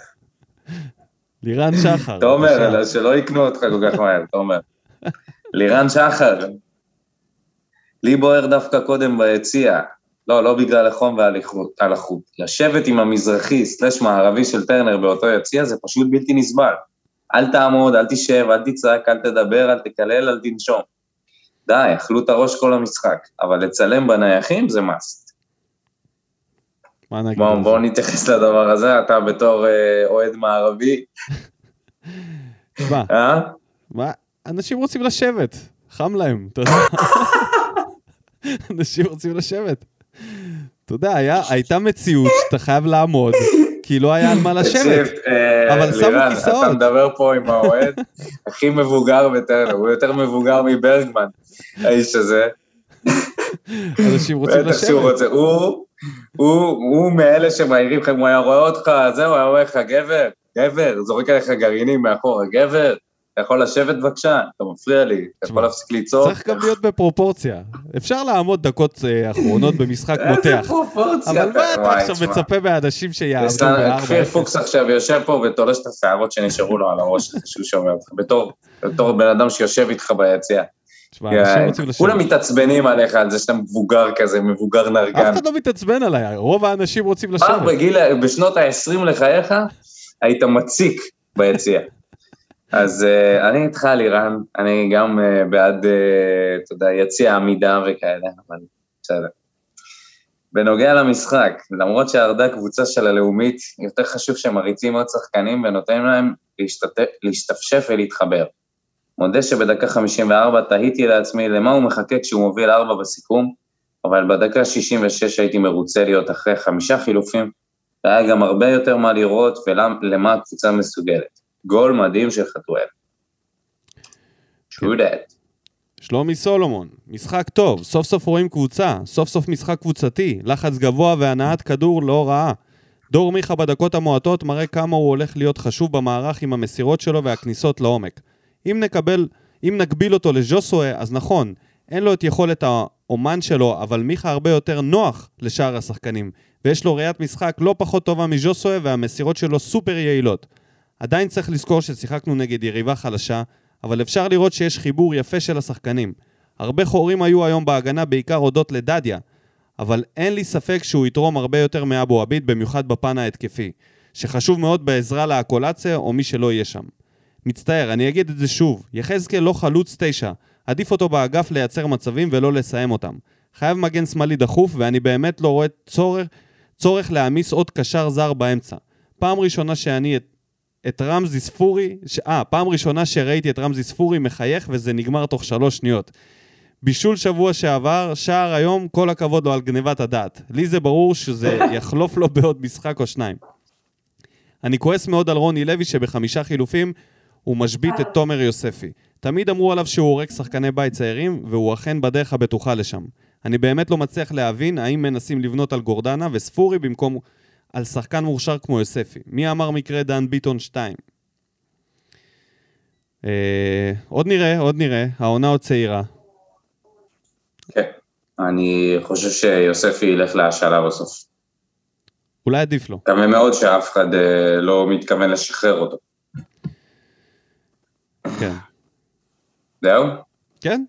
לירן שחר. תומר, שלא יקנו אותך כל כך מהר, תומר. לירן שחר. לי בוער דווקא קודם ביציאה. לא, לא בגלל החום והלחות. לשבת עם המזרחי, סלש מערבי של טרנר באותו יציאה, זה פשוט בלתי נסבל. אל תעמוד, אל תשב, אל תצעק, אל תדבר, אל תקלל, אל תנשום. די, אכלו את הראש כל המשחק, אבל לצלם בנייחים זה מאסט. מה נגיד? בואו בוא נתייחס לדבר הזה, אתה בתור אה, אוהד מערבי. מה? אה? מה? אנשים רוצים לשבת, חם להם, אתה יודע. אנשים רוצים לשבת. אתה יודע, היה, הייתה מציאות שאתה חייב לעמוד, כי לא היה על מה לשבת, אבל שמו כיסאות. אתה מדבר פה עם האוהד, הכי מבוגר בטרנר, הוא יותר מבוגר מברגמן, האיש הזה. אנשים רוצים לשבת. הוא מאלה שמעירים לכם, הוא היה רואה אותך, זהו, הוא היה רואה לך גבר, גבר, זורק עליך גרעינים מאחור, גבר, אתה יכול לשבת בבקשה, אתה מפריע לי, אתה יכול להפסיק ליצור. צריך גם להיות בפרופורציה. אפשר לעמוד דקות אחרונות במשחק מותח. איזה פרופורציה. אבל מה אתה עכשיו מצפה באנשים שיעבדו בארבע? כפיר פוקס עכשיו יושב פה ותולש את השערות שנשארו לו על הראש, שהוא שומע אותך, בתור בן אדם שיושב איתך ביציאה. כולם מתעצבנים עליך על זה שאתה מבוגר כזה, מבוגר נרגן. אף אחד לא מתעצבן עליי, רוב האנשים רוצים לשבת. בשנות ה-עשרים לחייך, היית מציק ביציאה. אז אני איתך על איראן, אני גם בעד, אתה יודע, יציאה עמידה וכאלה, אבל בסדר. בנוגע למשחק, למרות שהרדה קבוצה של הלאומית, יותר חשוב שמריצים עוד שחקנים ונותנים להם להשתפשף ולהתחבר. מודה שבדקה חמישים וארבע תהיתי לעצמי למה הוא מחכה כשהוא מוביל ארבע בסיכום, אבל בדקה שישים ושש הייתי מרוצה להיות אחרי חמישה חילופים, היה גם הרבה יותר מה לראות ולמה הקבוצה מסוגלת. גול מדהים של חתואל. true that. שלומי סולומון, משחק טוב, סוף סוף רואים קבוצה, סוף סוף משחק קבוצתי, לחץ גבוה והנעת כדור לא רעה. דור מיכה בדקות המועטות מראה כמה הוא הולך להיות חשוב במערך עם המסירות שלו והכניסות לעומק. אם נקבל, אם נקביל אותו לז'וסואה, אז נכון, אין לו את יכולת האומן שלו, אבל מיכה הרבה יותר נוח לשאר השחקנים, ויש לו ראיית משחק לא פחות טובה מז'וסואה, והמסירות שלו סופר יעילות. עדיין צריך לזכור ששיחקנו נגד יריבה חלשה, אבל אפשר לראות שיש חיבור יפה של השחקנים. הרבה חורים היו היום בהגנה, בעיקר הודות לדדיה, אבל אין לי ספק שהוא יתרום הרבה יותר מאבו עביד, במיוחד בפן ההתקפי, שחשוב מאוד בעזרה לאקולציה או מי שלא יהיה שם. מצטער, אני אגיד את זה שוב, יחזקאל לא חלוץ תשע, עדיף אותו באגף לייצר מצבים ולא לסיים אותם. חייב מגן שמאלי דחוף, ואני באמת לא רואה צורך, צורך להעמיס עוד קשר זר באמצע. פעם ראשונה שאני את, את רמזי ספורי, ש... אה, פעם ראשונה שראיתי את רמזי ספורי מחייך, וזה נגמר תוך שלוש שניות. בישול שבוע שעבר, שער היום, כל הכבוד לו על גניבת הדעת. לי זה ברור שזה יחלוף לו בעוד משחק או שניים. אני כועס מאוד על רוני לוי שבחמישה חילופים הוא משבית את תומר יוספי. תמיד אמרו עליו שהוא הורג שחקני בית צעירים, והוא אכן בדרך הבטוחה לשם. אני באמת לא מצליח להבין האם מנסים לבנות על גורדנה וספורי במקום על שחקן מורשר כמו יוספי. מי אמר מקרה דן ביטון שתיים? אה, עוד נראה, עוד נראה. העונה עוד צעירה. כן, אני חושב שיוספי ילך להשאלה בסוף. אולי עדיף לו. גם מאוד שאף אחד אה, לא מתכוון לשחרר אותו. כן. זהו? כן.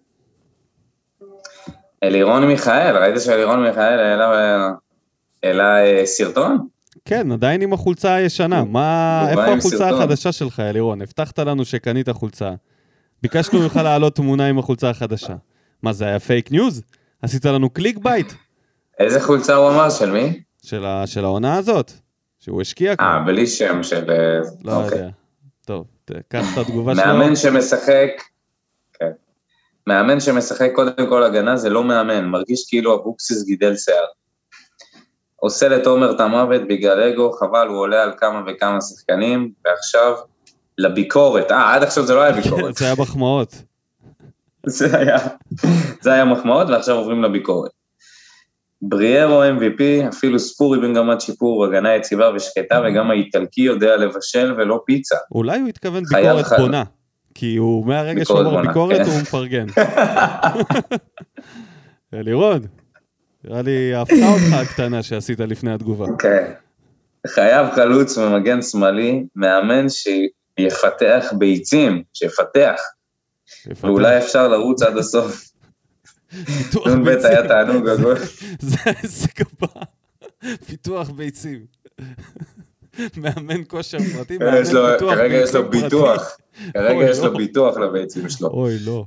אלירון מיכאל, ראית שאלירון מיכאל העלה, העלה סרטון? כן, עדיין עם החולצה הישנה. מה, איפה החולצה החדשה שלך, אלירון? הבטחת לנו שקנית חולצה. ביקשנו לך להעלות תמונה עם החולצה החדשה. מה, זה היה פייק ניוז? עשית לנו קליק בייט? איזה חולצה הוא אמר? של מי? של, ה, של העונה הזאת. שהוא השקיע כבר. אה, בלי שם של... לא אוקיי. יודע. טוב, קח את התגובה שלו. מאמן שמשחק... כן. מאמן שמשחק קודם כל הגנה זה לא מאמן. מרגיש כאילו אבוקסיס גידל שיער. עושה לתומר את המוות בגלל אגו, חבל, הוא עולה על כמה וכמה שחקנים, ועכשיו לביקורת. אה, עד עכשיו זה לא היה ביקורת. זה היה מחמאות. זה היה, זה היה מחמאות, ועכשיו עוברים לביקורת. בריארו אם וי פי, אפילו ספורי במגמת שיפור, הגנה יציבה ושקטה, וגם האיטלקי יודע לבשל ולא פיצה. אולי הוא התכוון ביקורת ח... בונה, כי הוא מהרגע שהוא אמר ביקורת, הוא מפרגן. אלירון, נראה לי ההפכה אותך הקטנה שעשית לפני התגובה. כן. חייב חלוץ ומגן שמאלי, מאמן שיפתח ביצים, שיפתח. ואולי אפשר לרוץ עד הסוף. נון בית היה תענוג גדול. זה העסק הבא. פיתוח ביצים. מאמן כושר פרטי, מאמן פיתוח ביצים פרטי. כרגע יש לו ביטוח. כרגע יש לו ביטוח לביצים שלו. אוי, לא.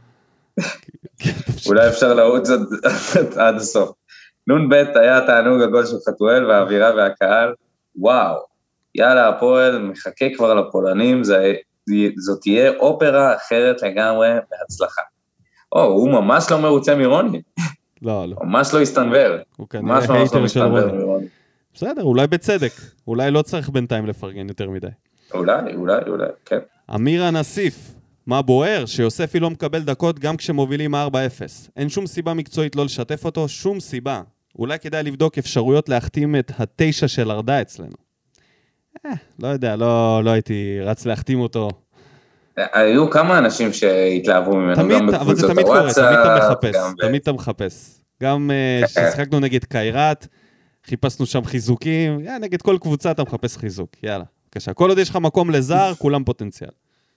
אולי אפשר לרוץ עד הסוף. נון בית היה תענוג גדול של חתואל, והאווירה והקהל. וואו. יאללה, הפועל מחכה כבר לפולנים, זאת תהיה אופרה אחרת לגמרי בהצלחה. או, הוא ממש לא מרוצה מרוני. לא, לא. ממש לא הסתנבר. הוא כנראה הייטר של רוני. בסדר, אולי בצדק. אולי לא צריך בינתיים לפרגן יותר מדי. אולי, אולי, אולי, כן. אמיר הנסיף, מה בוער? שיוספי לא מקבל דקות גם כשמובילים ארבע אפס. אין שום סיבה מקצועית לא לשתף אותו, שום סיבה. אולי כדאי לבדוק אפשרויות להחתים את התשע של ארדה אצלנו. אה, לא יודע, לא, לא הייתי רץ להחתים אותו. היו כמה אנשים שהתלהבו ממנו, תמיד, גם אבל זה בקבוצות תמיד קורה, הוואטסאפ. תמיד אתה מחפש, גם ב- תמיד אתה מחפש. גם uh, ששיחקנו נגד קיירת, חיפשנו שם חיזוקים, yeah, נגד כל קבוצה אתה מחפש חיזוק, יאללה, בבקשה. כל עוד יש לך מקום לזר, כולם פוטנציאל.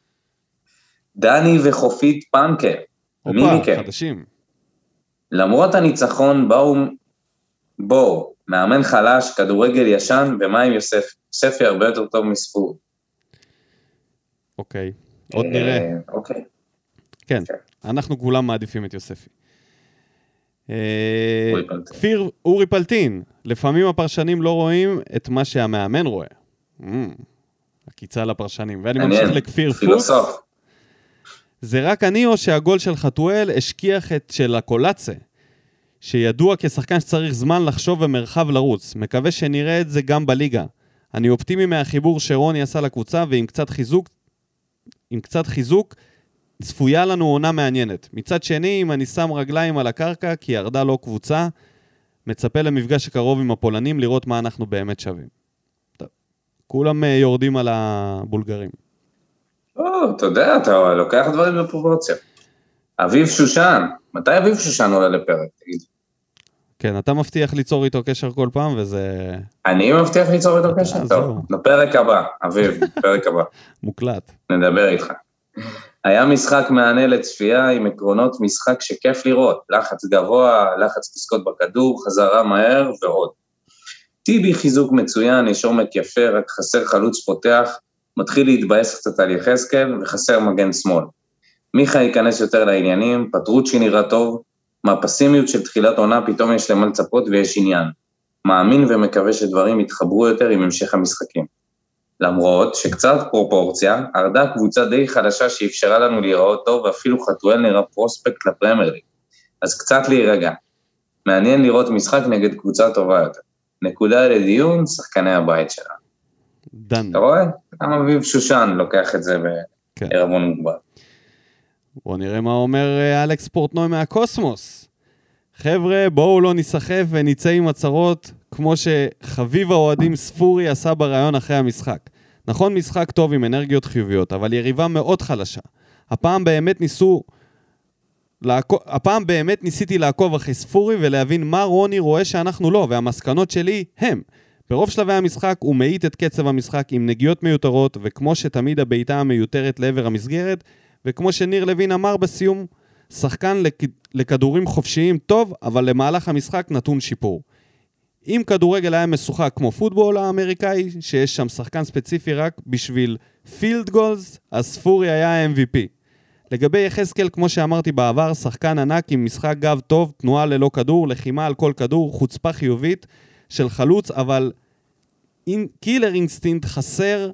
דני וחופית פנקר, מי הופה, מכם? חדשים. למרות הניצחון באו, בואו, מאמן חלש, כדורגל ישן, ומה עם יוסף? יוספי הרבה יותר טוב מספור. אוקיי, עוד נראה. אה, אוקיי. כן, כן. אנחנו כולם מעדיפים את יוספי. אה, אורי פלטין. כפיר אורי פלטין, לפעמים הפרשנים לא רואים את מה שהמאמן רואה. Mm, הקיצה לפרשנים. ואני מעניין, ממשיך לכפיר פוקס. פילוסוף. זה רק אני או שהגול של חתואל השכיח את של הקולצה, שידוע כשחקן שצריך זמן לחשוב ומרחב לרוץ. מקווה שנראה את זה גם בליגה. אני אופטימי מהחיבור שרוני עשה לקבוצה, ועם קצת חיזוק, עם קצת חיזוק, צפויה לנו עונה מעניינת. מצד שני, אם אני שם רגליים על הקרקע, כי ירדה לא קבוצה, מצפה למפגש הקרוב עם הפולנים, לראות מה אנחנו באמת שווים. טוב. כולם יורדים על הבולגרים. או, אתה יודע, אתה לוקח דברים בפרופורציה. אביב שושן, מתי אביב שושן עולה לפרק? תגיד. כן, אתה מבטיח ליצור איתו קשר כל פעם, וזה אני מבטיח ליצור איתו קשר? אז טוב, זהו. לפרק הבא, אביב, פרק הבא. מוקלט. נדבר איתך. היה משחק מענה לצפייה עם עקרונות משחק שכיף לראות, לחץ גבוה, לחץ לזכות בכדור, חזרה מהר ועוד. טיבי חיזוק מצוין, יש עומק יפה, רק חסר חלוץ פותח, מתחיל להתבאס קצת על יחזקאל וחסר מגן שמאל. מיכה ייכנס יותר לעניינים, פטרוצ'י נראה טוב, מהפסימיות של תחילת עונה פתאום יש למה לצפות ויש עניין. מאמין ומקווה שדברים יתחברו יותר עם המשך המשחקים. למרות שקצת פרופורציה, הרדה קבוצה די חדשה שאפשרה לנו להיראות טוב, ואפילו חתואל נראה פרוספקט לפרמייר ליג. אז קצת להירגע. מעניין לראות משחק נגד קבוצה טובה יותר. נקודה לדיון, שחקני הבית שלה. דן. אתה רואה? גם אביב שושן לוקח את זה כן. בערבון מוגבל. בואו נראה מה אומר אלכס פורטנוי מהקוסמוס. חבר'ה, בואו לא נסחף ונצא עם הצהרות כמו שחביב האוהדים ספורי עשה ברעיון אחרי המשחק. נכון, משחק טוב עם אנרגיות חיוביות, אבל יריבה מאוד חלשה. הפעם באמת ניסו... לעקוב... הפעם באמת ניסיתי לעקוב אחרי ספורי ולהבין מה רוני רואה שאנחנו לא, והמסקנות שלי הם. ברוב שלבי המשחק הוא מאית את קצב המשחק עם נגיעות מיותרות, וכמו שתמיד הביתה המיותרת לעבר המסגרת, וכמו שניר לוין אמר בסיום, שחקן לכ... לכדורים חופשיים טוב, אבל למהלך המשחק נתון שיפור. אם כדורגל היה משוחק כמו פוטבול האמריקאי, שיש שם שחקן ספציפי רק בשביל פילד גולס, אז ספורי היה ה-אם וי פי. לגבי יחזקאל, כמו שאמרתי בעבר, שחקן ענק עם משחק גב טוב, תנועה ללא כדור, לחימה על כל כדור, חוצפה חיובית של חלוץ, אבל אין, קילר אינסטינקט חסר,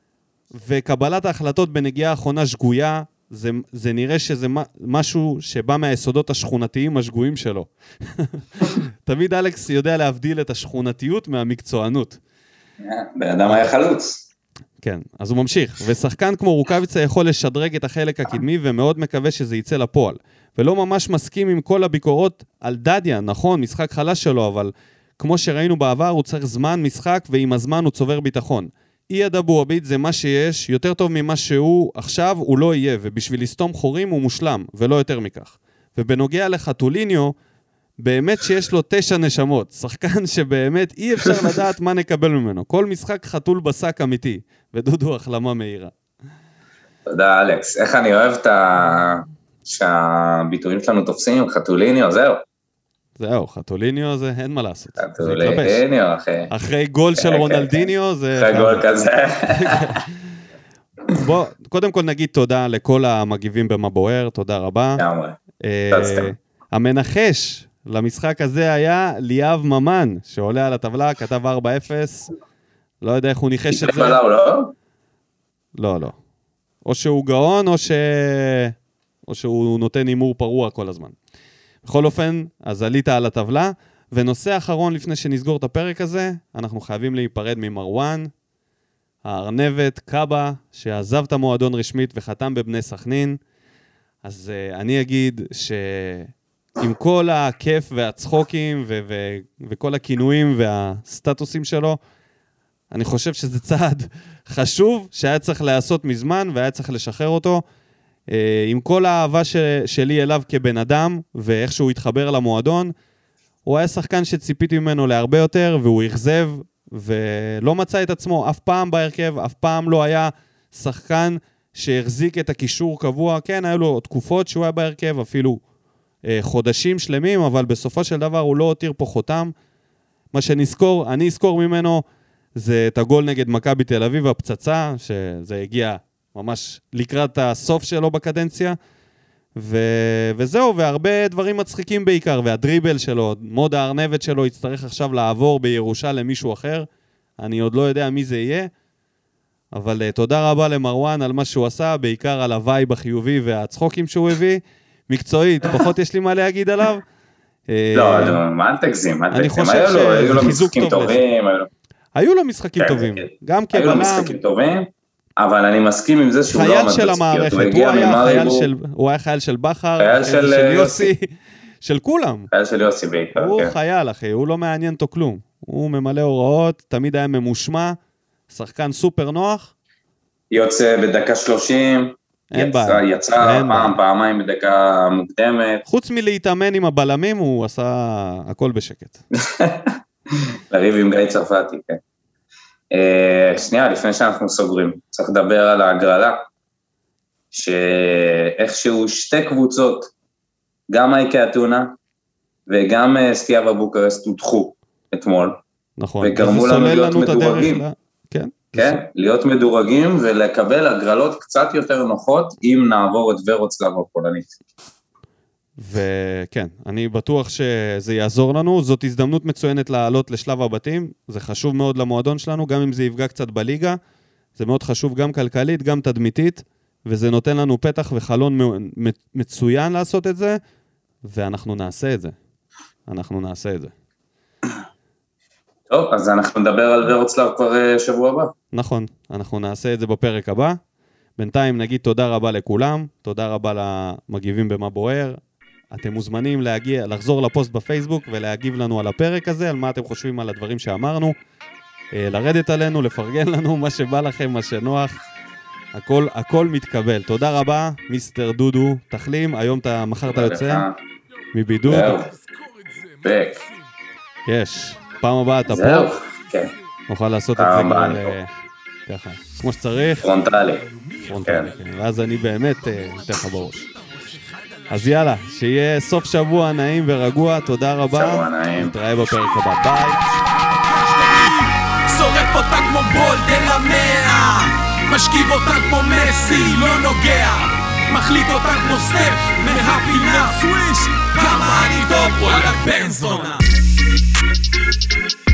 וקבלת ההחלטות בנגיעה האחרונה שגויה, זה, זה נראה שזה משהו שבא מהיסודות השכונתיים השגויים שלו. תמיד אלכס יודע להבדיל את השכונתיות מהמקצוענות. בן אדם היה חלוץ. כן, אז הוא ממשיך. ושחקן כמו רוקביצה יכול לשדרג את החלק הקדמי, ומאוד מקווה שזה יצא לפועל. ולא ממש מסכים עם כל הביקורות על דדיה, נכון, משחק חלש שלו, אבל כמו שראינו בעבר, הוא צריך זמן משחק, ועם הזמן הוא צובר ביטחון. אי אבו עביד זה מה שיש, יותר טוב ממה שהוא עכשיו הוא לא יהיה, ובשביל לסתום חורים הוא מושלם, ולא יותר מכך. ובנוגע לחתוליניו, באמת שיש לו תשע נשמות, שחקן שבאמת אי אפשר לדעת מה נקבל ממנו. כל משחק חתול בסק אמיתי, ודודו החלמה מהירה. תודה אלכס, איך אני אוהב את ה... שהביטויים שלנו תופסים, חתוליניו, זהו. זהו, חתוליניו זה אין מה לעשות. חתוליניו, אחי. אחרי גול של רונלדיניו זה... אחרי גול כזה. בוא, קודם כל נגיד תודה לכל המגיבים במבוער, תודה רבה. המנחש למשחק הזה היה ליאב ממן, שעולה על הטבלה, כתב ארבע אפס, לא יודע איך הוא ניחש את זה. לא, לא. או שהוא גאון, או, ש... או שהוא נותן אימור פרוע כל הזמן. בכל אופן, אז עלית על הטבלה, ונושא האחרון לפני שנסגור את הפרק הזה, אנחנו חייבים להיפרד ממרואן, הארנבת, קאבה, שעזב את המועדון רשמית וחתם בבני סכנין. אז uh, אני אגיד שעם כל הכיף והצחוקים ו- ו- וכל הכינויים והסטטוסים שלו, אני חושב שזה צעד חשוב, שהיה צריך לעשות מזמן, והיה צריך לשחרר אותו. עם כל האהבה שלי אליו כבן אדם, ואיך שהוא התחבר למועדון, הוא היה שחקן שציפיתי ממנו להרבה יותר, והוא יחזב, ולא מצא את עצמו אף פעם בהרכב, אף פעם לא היה שחקן שהחזיק את הקישור קבוע. כן, היו לו תקופות שהוא היה בהרכב, אפילו אה, חודשים שלמים, אבל בסופו של דבר הוא לא הותיר פה חותם. מה שנזכור, אני אזכור ממנו, זה את הגול נגד מכבי תל אביב, הפצצה, שזה הגיע ממש לקראת הסוף שלו בקדנציה, ו... וזהו, והרבה דברים מצחיקים בעיקר, והדריבל שלו, מוד הארנבת שלו יצטרך עכשיו לעבור בירושה למישהו אחר, אני עוד לא יודע מי זה יהיה, אבל uh, תודה רבה למרואן על מה שהוא עשה, בעיקר על הווייב החיובי והצחוקים שהוא הביא, מקצועית, פחות יש לי מה להגיד עליו. לא, לא, מה אל תגזים, אל תגזים, היו לו משחקים טובים, היו לו משחקים טובים, גם כבלם. היו לו משחקים טובים, אבל אני מסכים עם זה שהוא לא עמד בציפיות, הוא הגיע ממריבור. הוא היה חייל של בכר, חייל של יוסי, של כולם. חייל של יוסי בעיקר. הוא חייל, אחי, הוא לא מעניין אותו כלום. הוא ממלא הוראות, תמיד היה ממושמע, שחקן סופר נוח. יוצא בדקה שלושים, יצא פעם, פעמיים בדקה מוקדמת. חוץ מלהתאמן עם הבלמים, הוא עשה הכל בשקט. לריב עם גיא צרפתי, כן. Uh, שנייה, לפני שאנחנו סוגרים, צריך לדבר על ההגרלה, שאיכשהו שתי קבוצות, גם אייקה אתונה, וגם uh, סטיאבה בוקרסט הודחו אתמול, נכון, וגרמו לנו להיות מדורגים, לה... כן, כן? להיות מדורגים ולקבל הגרלות קצת יותר נוחות, אם נעבור את ורוצלב הפולנית. וכן, אני בטוח שזה יעזור לנו, זאת הזדמנות מצוינת לעלות לשלב הבתים, זה חשוב מאוד למועדון שלנו, גם אם זה יפגע קצת בליגה, זה מאוד חשוב גם כלכלית, גם תדמיתית, וזה נותן לנו פתח וחלון מצוין לעשות את זה, ואנחנו נעשה את זה. אנחנו נעשה את זה. טוב, אז אנחנו נדבר על ורוצלב כבר שבוע הבא. נכון, אנחנו נעשה את זה בפרק הבא. בינתיים נגיד תודה רבה לכולם, תודה רבה למגיבים במה בוער, אתם מוזמנים להגיע, לחזור לפוסט בפייסבוק ולהגיב לנו על הפרק הזה, על מה אתם חושבים על הדברים שאמרנו, לרדת עלינו, לפרגן לנו, מה שבא לכם, מה שנוח, הכל, הכל מתקבל. תודה רבה, מיסטר דודו, תחלים, היום אתה, מחר אתה יוצא, מבידוד. זהו, בק. יש, פעם הבאה אתה פה. זהו, כן. נוכל לעשות את זה כבר, ככה, כמו שצריך. פרונטלי. פרונטלי, כן. ואז אני באמת אתן לך בראש. אז יאללה, שיהיה סוף שבוע נעים ורגוע, תודה רבה. שבוע נעים. נתראה בפרק הבא, ביי. שורף אותה כמו בולדן למאה, משכיב אותה כמו מסי, לא נוגע, מחליט אותה כמו סטף, מהפינה סוויש, כמה אני טוב, וואלה בן זונה.